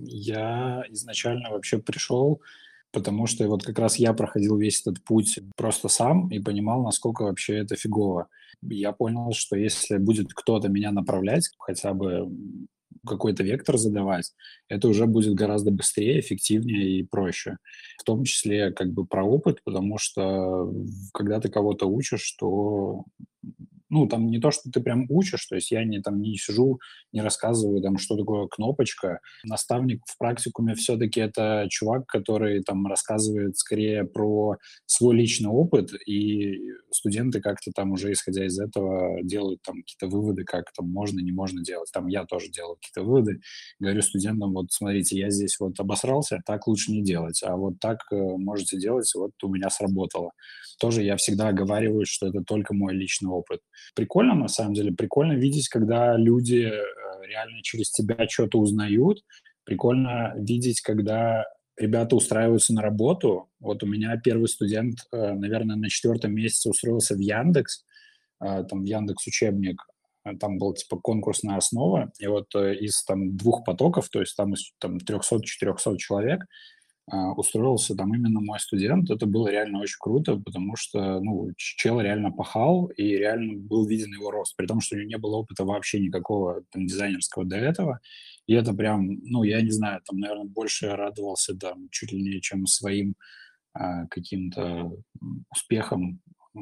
Я изначально вообще пришел, потому что вот как раз я проходил весь этот путь просто сам и понимал, насколько вообще это фигово. Я понял, что если будет кто-то меня направлять, хотя бы какой-то вектор задавать, это уже будет гораздо быстрее, эффективнее и проще. В том числе как бы про опыт, потому что когда ты кого-то учишь, то ну, там не то, что ты прям учишь, то есть я не, там, не сижу, не рассказываю, там, что такое кнопочка. Наставник в практикуме все-таки это чувак, который там рассказывает скорее про свой личный опыт, и студенты как-то там уже, исходя из этого, делают там какие-то выводы, как там можно, не можно делать. Там я тоже делаю какие-то выводы, говорю студентам, вот смотрите, я здесь вот обосрался, так лучше не делать, а вот так э, можете делать, вот у меня сработало. Тоже я всегда оговариваю, что это только мой личный опыт. Прикольно, на самом деле, прикольно видеть, когда люди реально через тебя что-то узнают. Прикольно видеть, когда ребята устраиваются на работу. Вот у меня первый студент, наверное, на четвертом месяце устроился в Яндекс, там в Яндекс учебник, там была типа конкурсная основа, и вот из там двух потоков, то есть там из там, триста-четыреста человек, Uh, устроился там именно мой студент. Это было реально очень круто, потому что, ну, чел реально пахал, и реально был виден его рост, при том, что у него не было опыта вообще никакого там дизайнерского до этого. И это прям, ну, я не знаю, там, наверное, больше радовался там чуть ли не, чем своим uh, каким-то успехом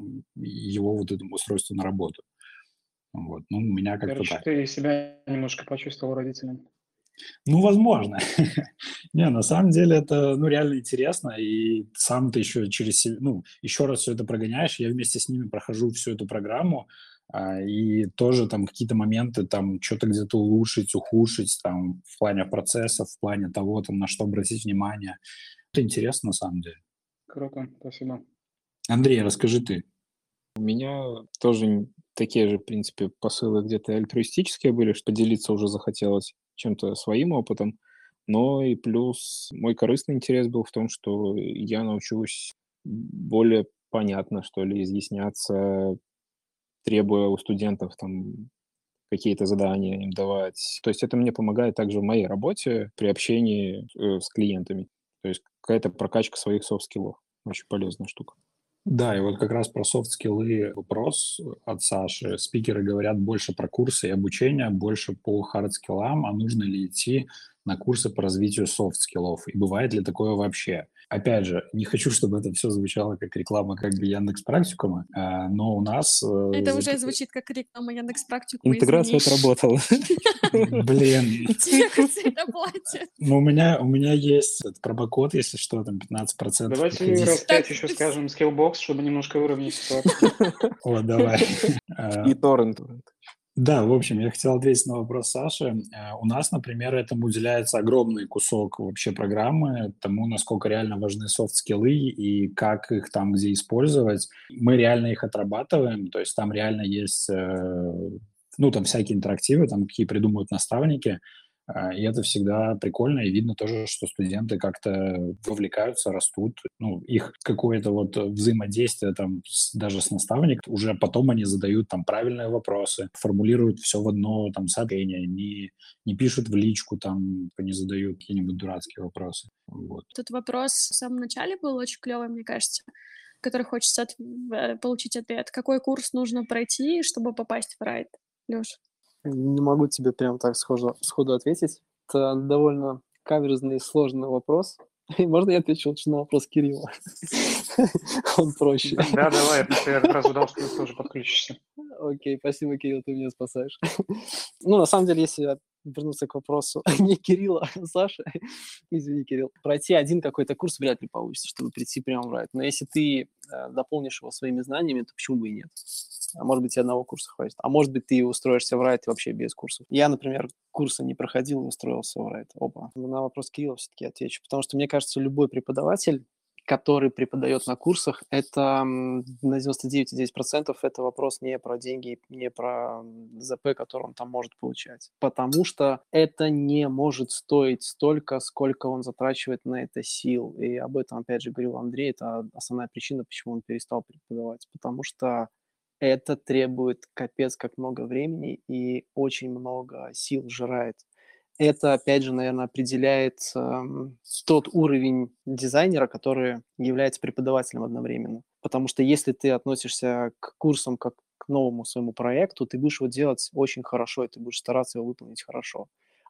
его вот этому устройству на работу. Вот. Ну, у меня как-то Короче, так. ты себя немножко почувствовал родителем. Ну, возможно. Не, на самом деле это, ну, реально интересно, и сам ты еще через, ну, еще раз все это прогоняешь, я вместе с ними прохожу всю эту программу, а, и тоже там какие-то моменты, там, что-то где-то улучшить, ухудшить, там, в плане процессов, в плане того, там, на что обратить внимание. Это интересно, на самом деле. Круто, спасибо. Андрей, расскажи ты. У меня тоже такие же, в принципе, посылы где-то альтруистические были, что поделиться уже захотелось чем-то своим опытом, но и плюс мой корыстный интерес был в том, что я научусь более понятно, что ли, изъясняться, требуя у студентов там какие-то задания им давать. То есть это мне помогает также в моей работе при общении э, с клиентами. То есть какая-то прокачка своих софт-скиллов. Очень полезная штука. Да, и вот как раз про софт-скиллы вопрос от Саши. Спикеры говорят больше про курсы и обучение, больше по хард-скиллам, а нужно ли идти на курсы по развитию софт-скиллов? И бывает ли такое вообще? Опять же, не хочу, чтобы это все звучало как реклама как бы Яндекс.Практикума, а, но у нас... э, Это за- уже звучит как реклама Яндекс.Практикума, Интеграция извини. отработала. Блин, Тебе за это платят. ну, у меня, у меня есть этот промокод, если что, там пятнадцать процентов Давайте раз приходите. пять еще скажем Skillbox, чтобы немножко выровнять ситуацию. Вот, давай. А, И торрент. Да, в общем, я хотел ответить на вопрос Саши. Э, У нас, например, этому уделяется огромный кусок вообще программы, тому, насколько реально важны софт-скиллы и как их там где использовать. Мы реально их отрабатываем, то есть там реально есть, э, ну, там всякие интерактивы, там какие придумывают наставники, а, и это всегда прикольно, и видно тоже, что студенты как-то вовлекаются, растут. Ну, их какое-то вот взаимодействие там с- даже с наставником, уже потом они задают там правильные вопросы, формулируют все в одно там сообщение, не, не пишут в личку, там не задают какие-нибудь дурацкие вопросы. Вот. Тут вопрос в самом начале был очень клевый, мне кажется, который хочется от- э, получить ответ. Какой курс нужно пройти, чтобы попасть в райд? Лёш? Не могу тебе прям так сходу, сходу ответить. Это довольно каверзный и сложный вопрос. И можно я отвечу лучше на вопрос Кирилла? Он проще. Да, давай, я просто я как раз ждал, что ты тоже подключишься. Окей, спасибо, Кирилл, ты меня спасаешь. Ну, на самом деле, если вернуться к вопросу не Кирилла, а Саши, извини, Кирилл, пройти один какой-то курс вряд ли получится, чтобы прийти прямо в райд. Но если ты э, дополнишь его своими знаниями, то почему бы и нет? А может быть, и одного курса хватит. А может быть, ты устроишься в райд вообще без курсов. Я, например, курсы не проходил и устроился в райд. Опа. На вопрос Кирилла все-таки отвечу. Потому что, мне кажется, любой преподаватель, который преподает на курсах, это м, на девяносто девять целых девять процентов это вопрос не про деньги, не про м, ЗП, который он там может получать. Потому что это не может стоить столько, сколько он затрачивает на это сил. И об этом, опять же, говорил Андрей, это основная причина, почему он перестал преподавать. Потому что это требует капец как много времени и очень много сил жрает. Это, опять же, наверное, определяет эм, тот уровень дизайнера, который является преподавателем одновременно. Потому что если ты относишься к курсам как к новому своему проекту, ты будешь его делать очень хорошо, и ты будешь стараться его выполнить хорошо.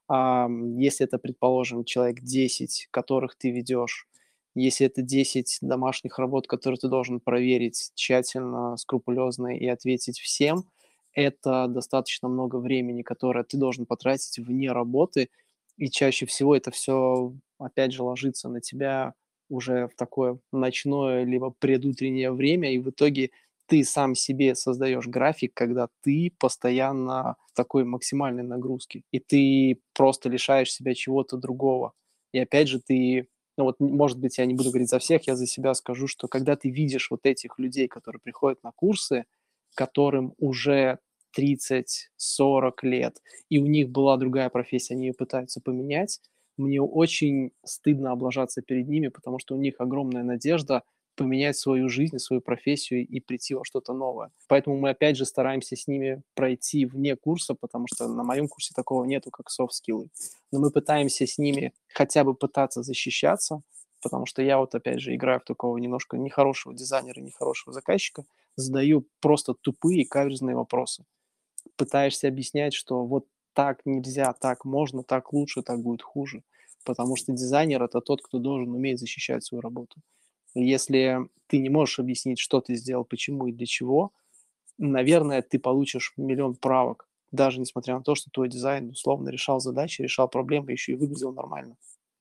А м, если это, предположим, человек десять, которых ты ведешь, если это десять домашних работ, которые ты должен проверить тщательно, скрупулезно и ответить всем, это достаточно много времени, которое ты должен потратить вне работы, и чаще всего это все, опять же, ложится на тебя уже в такое ночное либо предутреннее время, и в итоге ты сам себе создаешь график, когда ты постоянно в такой максимальной нагрузке, и ты просто лишаешь себя чего-то другого. И опять же, ты, ну вот, м, может быть, я не буду говорить за всех, я за себя скажу, что когда ты видишь вот этих людей, которые приходят на курсы, которым уже тридцать сорок лет, и у них была другая профессия, они ее пытаются поменять, мне очень стыдно облажаться перед ними, потому что у них огромная надежда поменять свою жизнь, свою профессию и прийти во что-то новое. Поэтому мы опять же стараемся с ними пройти вне курса, потому что на моем курсе такого нету, как софт-скиллы. Но мы пытаемся с ними хотя бы пытаться защищаться, потому что я вот опять же играю в такого немножко нехорошего дизайнера, нехорошего заказчика, задаю просто тупые каверзные вопросы. Пытаешься объяснять, что вот так нельзя, так можно, так лучше, так будет хуже. Потому что дизайнер – это тот, кто должен уметь защищать свою работу. И если ты не можешь объяснить, что ты сделал, почему и для чего, наверное, ты получишь миллион правок, даже несмотря на то, что твой дизайн условно решал задачи, решал проблемы, еще и выглядел нормально.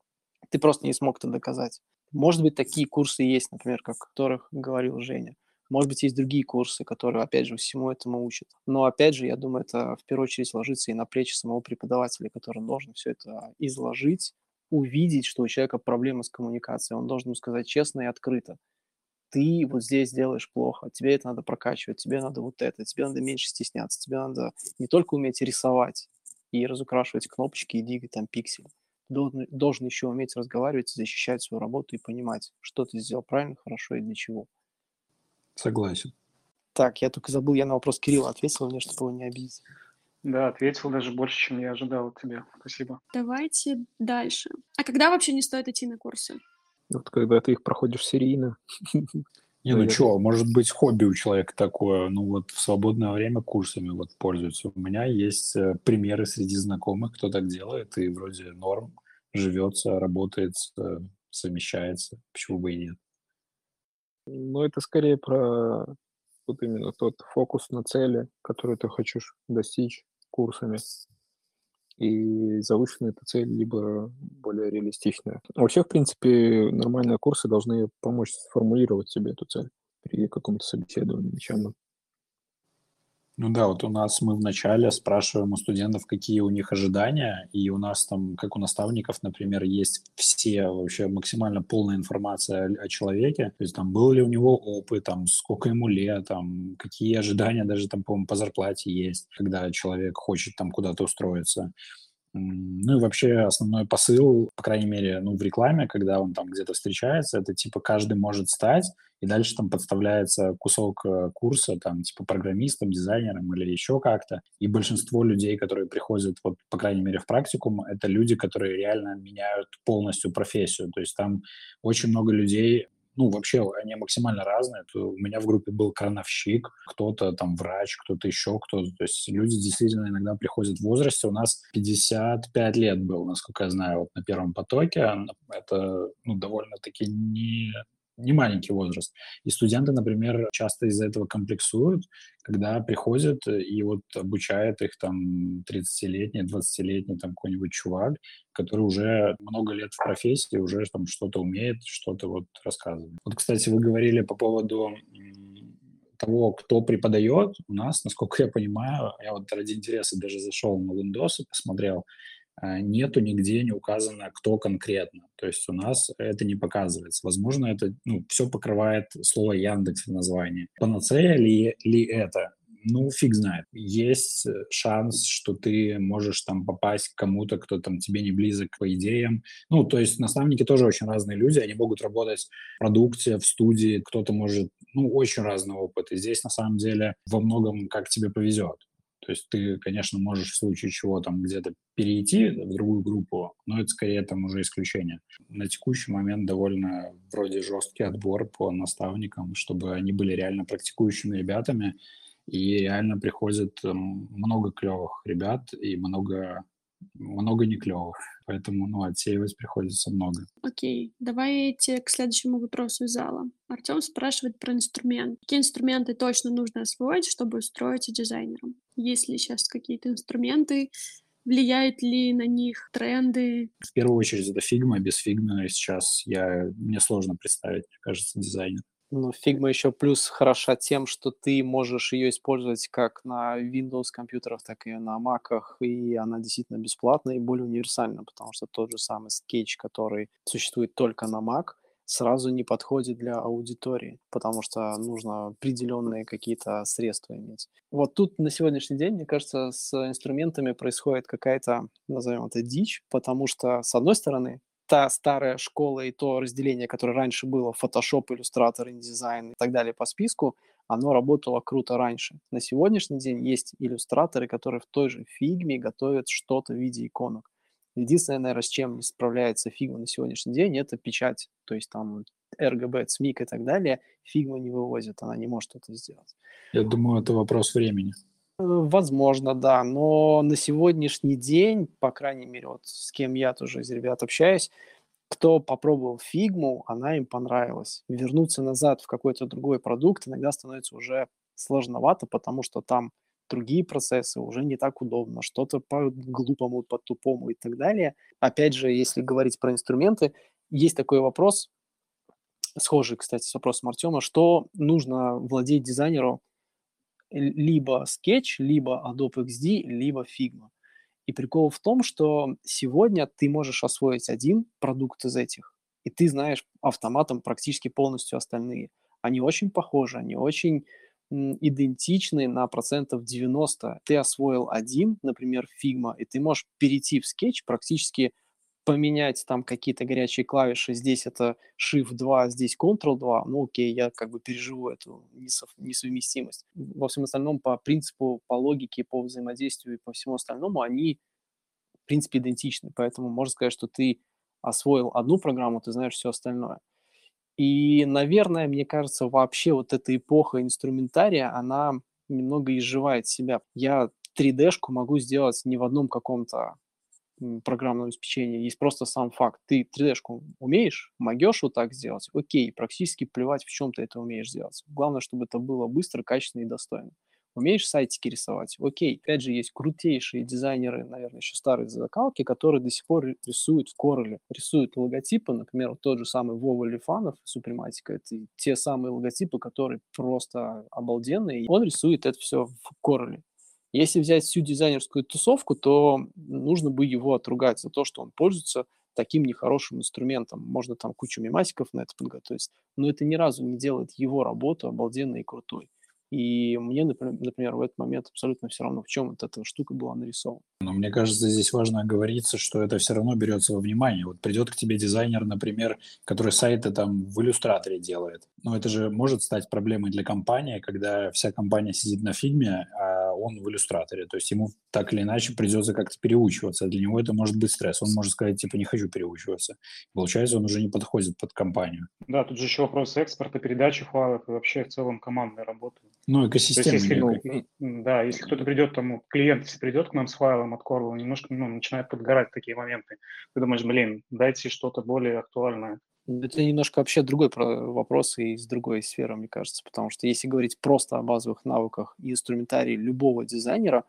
Ты просто не смог это доказать. Может быть, такие курсы есть, например, как о которых говорил Женя. Может быть, есть другие курсы, которые, опять же, всему этому учат. Но, опять же, я думаю, это в первую очередь ложится и на плечи самого преподавателя, который должен все это изложить, увидеть, что у человека проблемы с коммуникацией. Он должен ему сказать честно и открыто. Ты вот здесь делаешь плохо, тебе это надо прокачивать, тебе надо вот это, тебе надо меньше стесняться, тебе надо не только уметь рисовать и разукрашивать кнопочки и двигать там пиксели, ты должен, должен еще уметь разговаривать, защищать свою работу и понимать, что ты сделал правильно, хорошо и для чего. Согласен. Так, я только забыл, я на вопрос Кирилла ответил, мне, чтобы его не обидеть. Да, ответил даже больше, чем я ожидал от тебя. Спасибо. Давайте дальше. А когда вообще не стоит идти на курсы? Вот когда ты их проходишь серийно. Не, ну что, может быть, хобби у человека такое, ну вот в свободное время курсами вот пользуется. У меня есть э, примеры среди знакомых, кто так делает, и вроде норм, живется, работает, э, совмещается, почему бы и нет. Но это скорее про вот именно тот фокус на цели, который ты хочешь достичь курсами. И завышенная эта цель, либо более реалистичная. А вообще, в принципе, нормальные курсы должны помочь сформулировать себе эту цель при каком-то собеседовании начальном. Ну да, вот у нас мы вначале спрашиваем у студентов, какие у них ожидания, и у нас там, как у наставников, например, есть все вообще максимально полная информация о, о человеке, то есть там был ли у него опыт, там сколько ему лет, там какие ожидания даже там, по-моему, по зарплате есть, когда человек хочет там куда-то устроиться. М, Ну и вообще основной посыл, по крайней мере, ну, в рекламе, когда он там где-то встречается, это типа каждый может стать, и дальше там подставляется кусок э, курса, там, типа программистом, дизайнером или еще как-то. И большинство людей, которые приходят, вот, по крайней мере, в практикум, это люди, которые реально меняют полностью профессию. То есть там очень много людей, ну, вообще, они максимально разные. То у меня в группе был крановщик, кто-то там врач, кто-то еще кто-то. То есть люди действительно иногда приходят в возрасте. У нас пятьдесят пять лет был, насколько я знаю, вот на первом потоке. Это, ну, довольно-таки не, не маленький возраст. И студенты, например, часто из-за этого комплексуют, когда приходят и вот обучает их там тридцатилетний, двадцатилетний там какой-нибудь чувак, который уже много лет в профессии, уже там что-то умеет, что-то вот рассказывает. Вот, кстати, вы говорили по поводу м, того, кто преподает. У нас, насколько я понимаю, я вот ради интереса даже зашел на Windows и посмотрел, а, нету нигде не указано, кто конкретно. То есть у нас это не показывается. Возможно, это, ну, все покрывает слово Яндекс в названии. Панацея ли, ли это? Ну, фиг знает. Есть э, шанс, что ты можешь там попасть к кому-то, кто там тебе не близок по идеям. Ну, то есть наставники тоже очень разные люди. Они могут работать в продукте, в студии. Кто-то может, ну, очень разный опыт. И здесь, на самом деле, во многом как тебе повезет. То есть ты, конечно, можешь в случае чего там где-то перейти в другую группу, но это скорее там уже исключение. На текущий момент довольно вроде жесткий отбор по наставникам, чтобы они были реально практикующими ребятами, и реально приходит м, много клевых ребят и много, много не клевых. Поэтому, ну, отсеивать приходится много. Окей, давайте к следующему вопросу из зала. Артем спрашивает про инструмент. Какие инструменты точно нужно освоить, чтобы устроиться дизайнером? Есть ли сейчас какие-то инструменты? Влияют ли на них тренды? В первую очередь это Figma. Без Figma сейчас я, мне сложно представить, мне кажется, дизайнер. Ну, Figma еще плюс хороша тем, что ты можешь ее использовать как на Windows компьютерах, так и на Mac'ах, и она действительно бесплатная и более универсальна, потому что тот же самый Sketch, который существует только на Mac, сразу не подходит для аудитории, потому что нужно определенные какие-то средства иметь. Вот тут на сегодняшний день, мне кажется, с инструментами происходит какая-то, назовем это, дичь, потому что, с одной стороны, та старая школа и то разделение, которое раньше было, Photoshop, Illustrator, InDesign и так далее по списку, оно работало круто раньше. На сегодняшний день есть иллюстраторы, которые в той же Figma готовят что-то в виде иконок. Единственное, наверное, с чем не справляется Figma на сегодняшний день, это печать. То есть там эр джи би, цмик и так далее Figma не вывозит, она не может это сделать. Я думаю, это вопрос времени. Возможно, да, но на сегодняшний день, по крайней мере, вот с кем я тоже из ребят общаюсь, кто попробовал фигму, она им понравилась. Вернуться назад в какой-то другой продукт иногда становится уже сложновато, потому что там другие процессы уже не так удобно, что-то по-глупому, по-тупому и так далее. Опять же, если говорить про инструменты, есть такой вопрос, схожий, кстати, с вопросом Артема, что нужно владеть дизайнеру либо Sketch, либо Adobe икс ди, либо Figma. И прикол в том, что сегодня ты можешь освоить один продукт из этих, и ты знаешь автоматом практически полностью остальные. Они очень похожи, они очень м, идентичны на процентов девяносто. Ты освоил один, например, Figma, и ты можешь перейти в Sketch практически поменять там какие-то горячие клавиши, здесь это Shift два, здесь контрол два, ну окей, я как бы переживу эту несов- несовместимость. Во всем остальном по принципу, по логике, по взаимодействию и по всему остальному они, в принципе, идентичны. Поэтому можно сказать, что ты освоил одну программу, ты знаешь все остальное. И, наверное, мне кажется, вообще вот эта эпоха инструментария, она немного изживает себя. Я три дэ-шку могу сделать не в одном каком-то м, программном обеспечении. Есть просто сам факт. Ты три дэ-шку умеешь, могешь вот так сделать, окей, практически плевать, в чем ты это умеешь сделать. Главное, чтобы это было быстро, качественно и достойно. Умеешь сайтики рисовать? Окей. Опять же, есть крутейшие дизайнеры, наверное, еще старые закалки, которые до сих пор ри- рисуют в Corel. Рисуют логотипы, например, вот тот же самый Вова Лифанов, Супрематика. Это и те самые логотипы, которые просто обалденные. И он рисует это все в Corel. Если взять всю дизайнерскую тусовку, то нужно бы его отругать за то, что он пользуется таким нехорошим инструментом. Можно там кучу мемасиков на это подготовить, но это ни разу не делает его работу обалденной и крутой. И мне, например, например, в этот момент абсолютно все равно, в чем вот эта штука была нарисована. Но мне кажется, здесь важно оговориться, что это все равно берется во внимание. Вот придет к тебе дизайнер, например, который сайты там в иллюстраторе делает. Но это же может стать проблемой для компании, когда вся компания сидит на фильме, а он в иллюстраторе. То есть ему так или иначе придется как-то переучиваться. Для него это может быть стресс. Он может сказать, типа, не хочу переучиваться. Получается, он уже не подходит под компанию. Да, тут же еще вопрос экспорта, передачи файлов и вообще в целом командной работы. Ну, То есть экосистема если, некой. Ну, и- м, да, если кто-то придет, там, вот клиент, если придет к нам с файлом от Corel, немножко, ну, начинает подгорать в такие моменты. Ты думаешь, блин, дайте что-то более актуальное. Это немножко вообще другой про- вопрос и из другой сферы, мне кажется, потому что если говорить просто о базовых навыках и инструментарии любого дизайнера,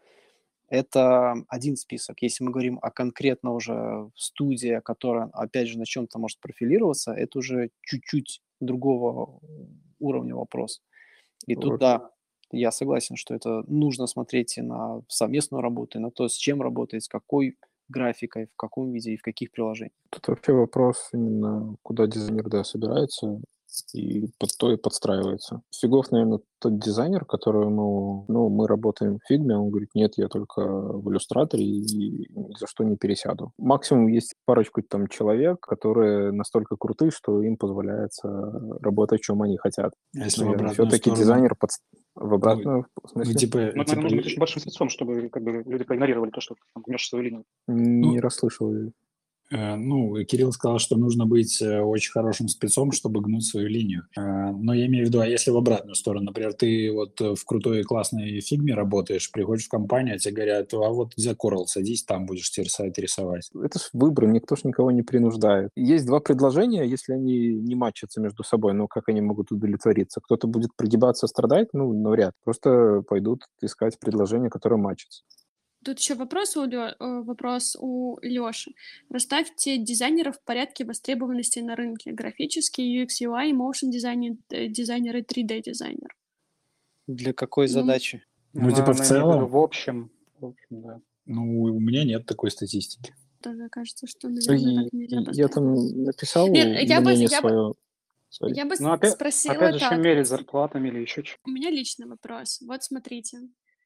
это один список. Если мы говорим о конкретно уже студии, которая, опять же, на чем-то может профилироваться, это уже чуть-чуть другого уровня вопрос. И тут, вот. да, я согласен, что это нужно смотреть и на совместную работу, и на то, с чем работать, с какой графикой, в каком виде и в каких приложениях. Тут вообще вопрос именно, куда дизайнер, да, собирается, и под то и подстраивается. Фигов, наверное, тот дизайнер, которому, ну, мы работаем в фигме, он говорит, нет, я только в иллюстраторе и ни за что не пересяду. Максимум есть парочку там человек, которые настолько крутые, что им позволяется работать, в чем они хотят. А если в Наверное, обратную все-таки сторону? дизайнер под... в Ну, обратную, в ну, смысле, типа, Но это типа, нужно быть очень большим спецом, чтобы как бы люди проигнорировали то, что ты там гнешь свою линию. не ну, расслышал. Э, Ну, Кирилл сказал, что нужно быть э, очень хорошим спецом, чтобы гнуть свою линию. Э, Но я имею в виду, а если в обратную сторону, например, ты вот э, в крутой и классной фигме работаешь, приходишь в компанию, а тебе говорят, а вот за Corel садись, там будешь теперь сайт рисовать. Это ж выбор, никто ж никого не принуждает. Есть два предложения, если они не матчатся между собой, ну как они могут удовлетвориться? Кто-то будет прогибаться, страдать? Ну, навряд. Просто пойдут искать предложение, которое матчится. Тут еще вопрос у, Лё- э, вопрос у Лёши. Расставьте дизайнеров в порядке востребованности на рынке. Графический, ю экс, ю ай, motion дизайнер, э, дизайнер и три дэ-дизайнер. Для какой Ну, задачи? Ну, Она, типа, в она имеет в виду целом, в общем, в общем, да. ну, у меня нет такой статистики. тоже кажется, что, наверное, И, так нельзя и я поставить. там написал Нет, я бы, мнение я бы, свое. Sorry. я бы Но с- опять, спросила опять же, чем так. мерить зарплатами или еще что-то. У меня личный вопрос. Вот смотрите.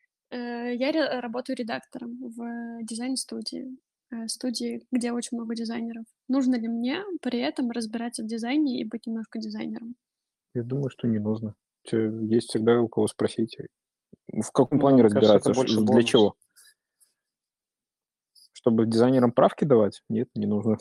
Э, Я ре- работаю редактором в дизайн-студии. э, Студии, где очень много дизайнеров. Нужно ли мне при этом разбираться в дизайне и быть немножко дизайнером? Я думаю, что не нужно. Чё, есть всегда у кого спросить. В каком Ну, плане мне кажется, это разбираться? Ш- больше Для бонус. чего? Чтобы дизайнерам правки давать? Нет, не нужно.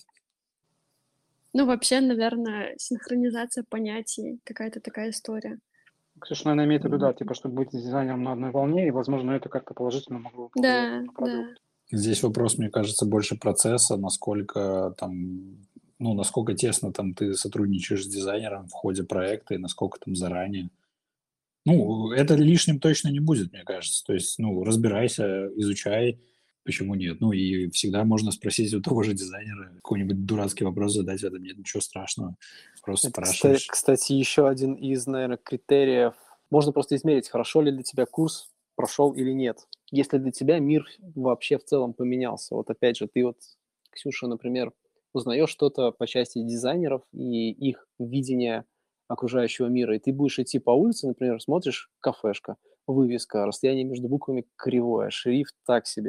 Ну, вообще, наверное, синхронизация понятий, какая-то такая история. Ксюша, наверное, имеет в виду, да, типа, чтобы быть с дизайнером на одной волне, и, возможно, это как-то положительно могло повлиять Да, на да. продукт. Здесь вопрос, мне кажется, больше процесса, насколько там, ну, насколько тесно там ты сотрудничаешь с дизайнером в ходе проекта и насколько там заранее. Ну, это лишним точно не будет, мне кажется. То есть, ну, разбирайся, изучай, почему нет. Ну, и всегда можно спросить у того же дизайнера, какой-нибудь дурацкий вопрос задать, в этом нет ничего страшного. Просто Это, кстати, спрашиваешь. кстати, еще один из, наверное, критериев. Можно просто измерить, хорошо ли для тебя курс прошел или нет. Если для тебя мир вообще в целом поменялся. Вот опять же, ты вот, Ксюша, например, узнаешь что-то по части дизайнеров и их видения окружающего мира, и ты будешь идти по улице, например, смотришь кафешка, вывеска, расстояние между буквами кривое, шрифт так себе.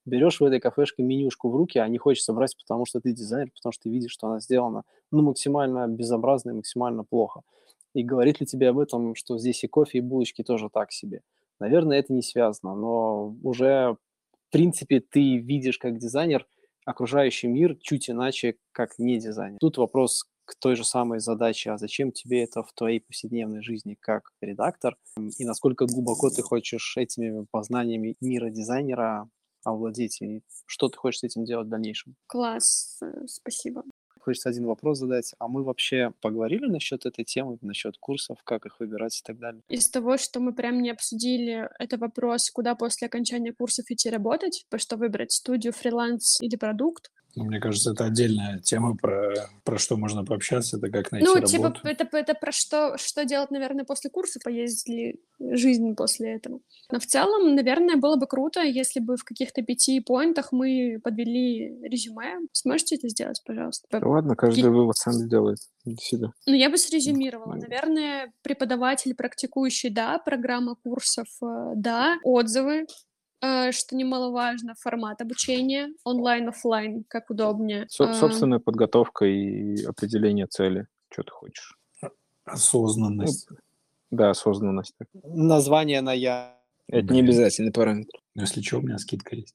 берешь в этой кафешке менюшку в руки, а не хочется брать, потому что ты дизайнер, потому что ты видишь, что она сделана, ну, максимально безобразно и максимально плохо. И говорит ли тебе об этом, что здесь и кофе, и булочки тоже так себе? Наверное, это не связано, но уже, в принципе, ты видишь как дизайнер окружающий мир чуть иначе, как не дизайнер. Тут вопрос к той же самой задаче, а зачем тебе это в твоей повседневной жизни как редактор, и насколько глубоко ты хочешь этими познаниями мира дизайнера овладеть, и что ты хочешь с этим делать в дальнейшем. Класс, э, спасибо. Хочется один вопрос задать. А мы вообще поговорили насчет этой темы, насчет курсов, как их выбирать и так далее? Из того, что мы прям не обсудили, это вопрос, куда после окончания курсов идти работать, по что выбрать, студию, фриланс или продукт. Мне кажется, это отдельная тема, про, про что можно пообщаться, это как найти Ну, работу. типа, это, это про что, что делать, наверное, после курса, поездить ли жизнь после этого. Но в целом, наверное, было бы круто, если бы в каких-то пяти поинтах мы подвели резюме. Сможете это сделать, пожалуйста? Да ладно, каждый Ки- вывод сам сделает для себя. Ну, я бы срезюмировала. Ну, Наверное, преподаватель практикующий, да, программа курсов, э, да, отзывы, э, что немаловажно, формат обучения, онлайн-оффлайн, как удобнее. со- Э, собственная подготовка и определение цели, что ты хочешь. Ну, Осознанность. да, осознанность. так. Название на я. Это не Блин. обязательный параметр. Ну, если что, у меня скидка есть.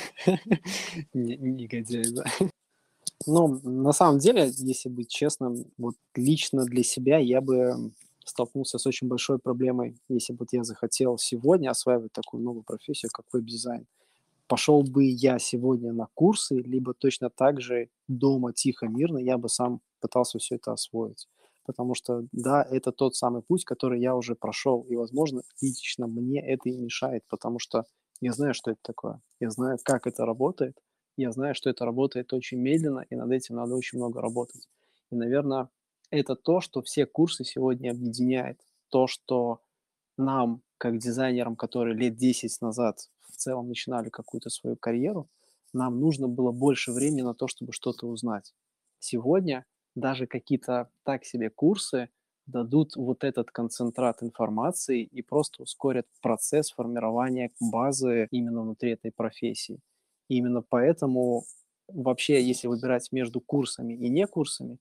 Не- Негодяй, да. Ну, на самом деле, если быть честным, вот лично для себя я бы столкнулся с очень большой проблемой, если бы вот я захотел сегодня осваивать такую новую профессию, как веб-дизайн. Пошел бы я сегодня на курсы, либо точно так же дома тихо, мирно я бы сам пытался все это освоить. Потому что, да, это тот самый путь, который я уже прошел, и, возможно, лично мне это и мешает, потому что я знаю, что это такое, я знаю, как это работает, я знаю, что это работает очень медленно, и над этим надо очень много работать. И, наверное, это то, что все курсы сегодня объединяет. То, что нам, как дизайнерам, которые лет десять назад в целом начинали какую-то свою карьеру, нам нужно было больше времени на то, чтобы что-то узнать. Сегодня даже какие-то так себе курсы дадут вот этот концентрат информации и просто ускорят процесс формирования базы именно внутри этой профессии. И именно поэтому вообще, если выбирать между курсами и не курсами,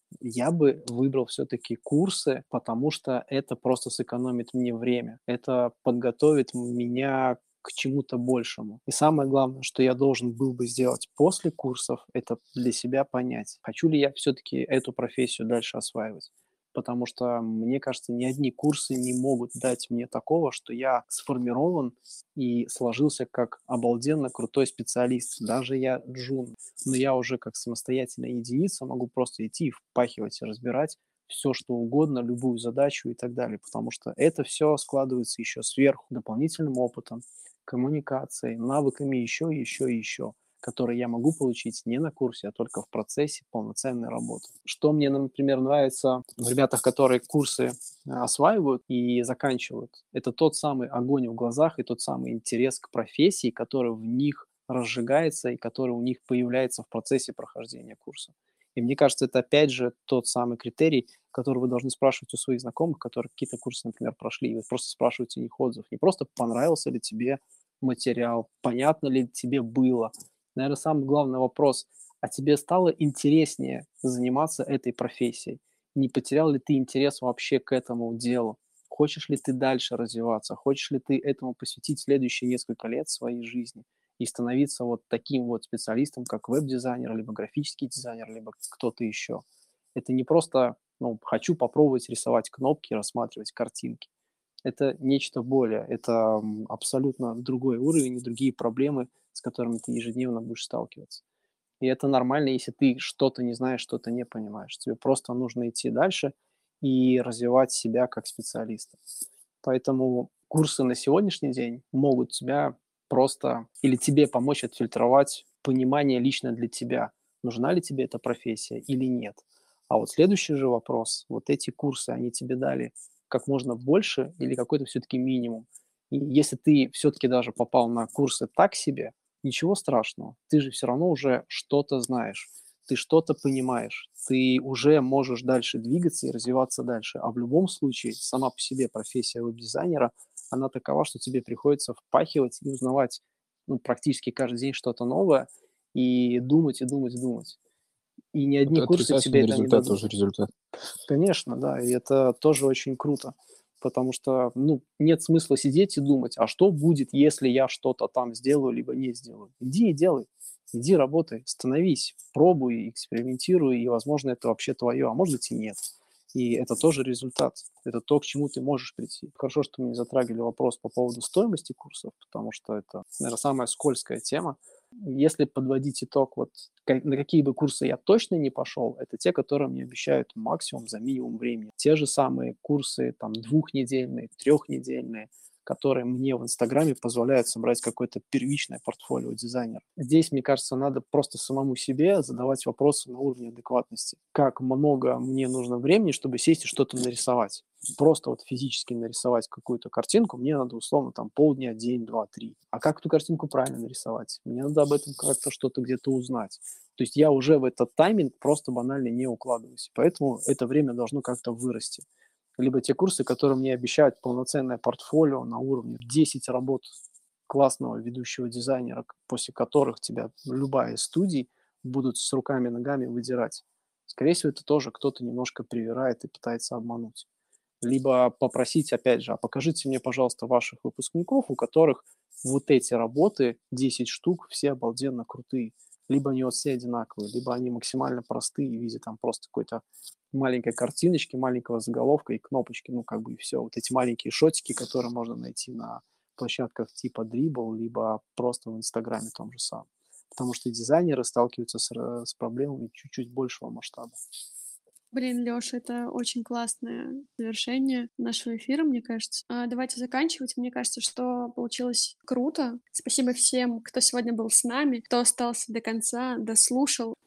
я бы выбрал все-таки курсы, потому что это просто сэкономит мне время. Это подготовит меня к чему-то большему. И самое главное, что я должен был бы сделать после курсов, это для себя понять, хочу ли я все-таки эту профессию дальше осваивать. Потому что, мне кажется, ни одни курсы не могут дать мне такого, что я сформирован и сложился как обалденно крутой специалист. Даже я джун, но я уже как самостоятельная единица могу просто идти и впахивать и разбирать все, что угодно, любую задачу и так далее, потому что это все складывается еще сверху дополнительным опытом, коммуникацией, навыками еще, еще и еще, которые я могу получить не на курсе, а только в процессе полноценной работы. Что мне, например, нравится в ребятах, которые курсы осваивают и заканчивают, это тот самый огонь в глазах и тот самый интерес к профессии, который в них разжигается и который у них появляется в процессе прохождения курса. И мне кажется, это опять же тот самый критерий, который вы должны спрашивать у своих знакомых, которые какие-то курсы, например, прошли. И вы просто спрашиваете у них отзыв. Не просто понравился ли тебе материал, понятно ли тебе было. Наверное, самый главный вопрос, а тебе стало интереснее заниматься этой профессией? Не потерял ли ты интерес вообще к этому делу? Хочешь ли ты дальше развиваться? Хочешь ли ты этому посвятить следующие несколько лет своей жизни и становиться вот таким вот специалистом, как веб-дизайнер, либо графический дизайнер, либо кто-то еще? Это не просто, ну, хочу попробовать рисовать кнопки, рассматривать картинки. Это нечто более, это абсолютно другой уровень и другие проблемы, с которыми ты ежедневно будешь сталкиваться. И это нормально, если ты что-то не знаешь, что-то не понимаешь. Тебе просто нужно идти дальше и развивать себя как специалиста. Поэтому курсы на сегодняшний день могут тебя просто или тебе помочь отфильтровать понимание лично для тебя, нужна ли тебе эта профессия или нет. А вот следующий же вопрос, вот эти курсы, они тебе дали как можно больше или какой-то все-таки минимум. И если ты все-таки даже попал на курсы так себе, ничего страшного, ты же все равно уже что-то знаешь, ты что-то понимаешь, ты уже можешь дальше двигаться и развиваться дальше. А в любом случае, сама по себе профессия веб-дизайнера, она такова, что тебе приходится впахивать и узнавать ну, практически каждый день что-то новое, и думать, и думать, и думать. И ни одни Это курсы тебе отрицательный это не результат дадут. тоже результат. Конечно, да, и это тоже очень круто, потому что, ну, нет смысла сидеть и думать, а что будет, если я что-то там сделаю, либо не сделаю. Иди и делай, иди работай, становись, пробуй, экспериментируй, и, возможно, это вообще твое, а может быть и нет. И это тоже результат, это то, к чему ты можешь прийти. Хорошо, что мы не затрагивали вопрос по поводу стоимости курсов, потому что это, наверное, самая скользкая тема. Если подводить итог, вот ка- на какие бы курсы я точно не пошел, это те, которые мне обещают максимум за минимум времени. Те же самые курсы, там, двухнедельные, трехнедельные, которые мне в Инстаграме позволяют собрать какое-то первичное портфолио дизайнера. Здесь, мне кажется, надо просто самому себе задавать вопросы на уровне адекватности. Как много мне нужно времени, чтобы сесть и что-то нарисовать? Просто вот физически нарисовать какую-то картинку, мне надо условно там полдня, день, два, три. А как эту картинку правильно нарисовать? Мне надо об этом как-то что-то где-то узнать. То есть я уже в этот тайминг просто банально не укладываюсь. Поэтому это время должно как-то вырасти. Либо те курсы, которые мне обещают полноценное портфолио на уровне десять работ классного ведущего дизайнера, после которых тебя любая из студий будут с руками и ногами выдирать. Скорее всего, это тоже кто-то немножко привирает и пытается обмануть. Либо попросить, опять же, а покажите мне, пожалуйста, ваших выпускников, у которых вот эти работы, десять штук, все обалденно крутые. Либо они вот все одинаковые, либо они максимально простые в виде там просто какой-то маленькой картиночки, маленького заголовка и кнопочки, ну, как бы и все. Вот эти маленькие шотики, которые можно найти на площадках типа Dribble, либо просто в Инстаграме том же самом. Потому что дизайнеры сталкиваются с, р- с проблемами чуть-чуть большего масштаба. Блин, Лёша, это очень классное завершение нашего эфира, мне кажется. А, давайте заканчивать. Мне кажется, что получилось круто. Спасибо всем, кто сегодня был с нами, кто остался до конца, дослушал.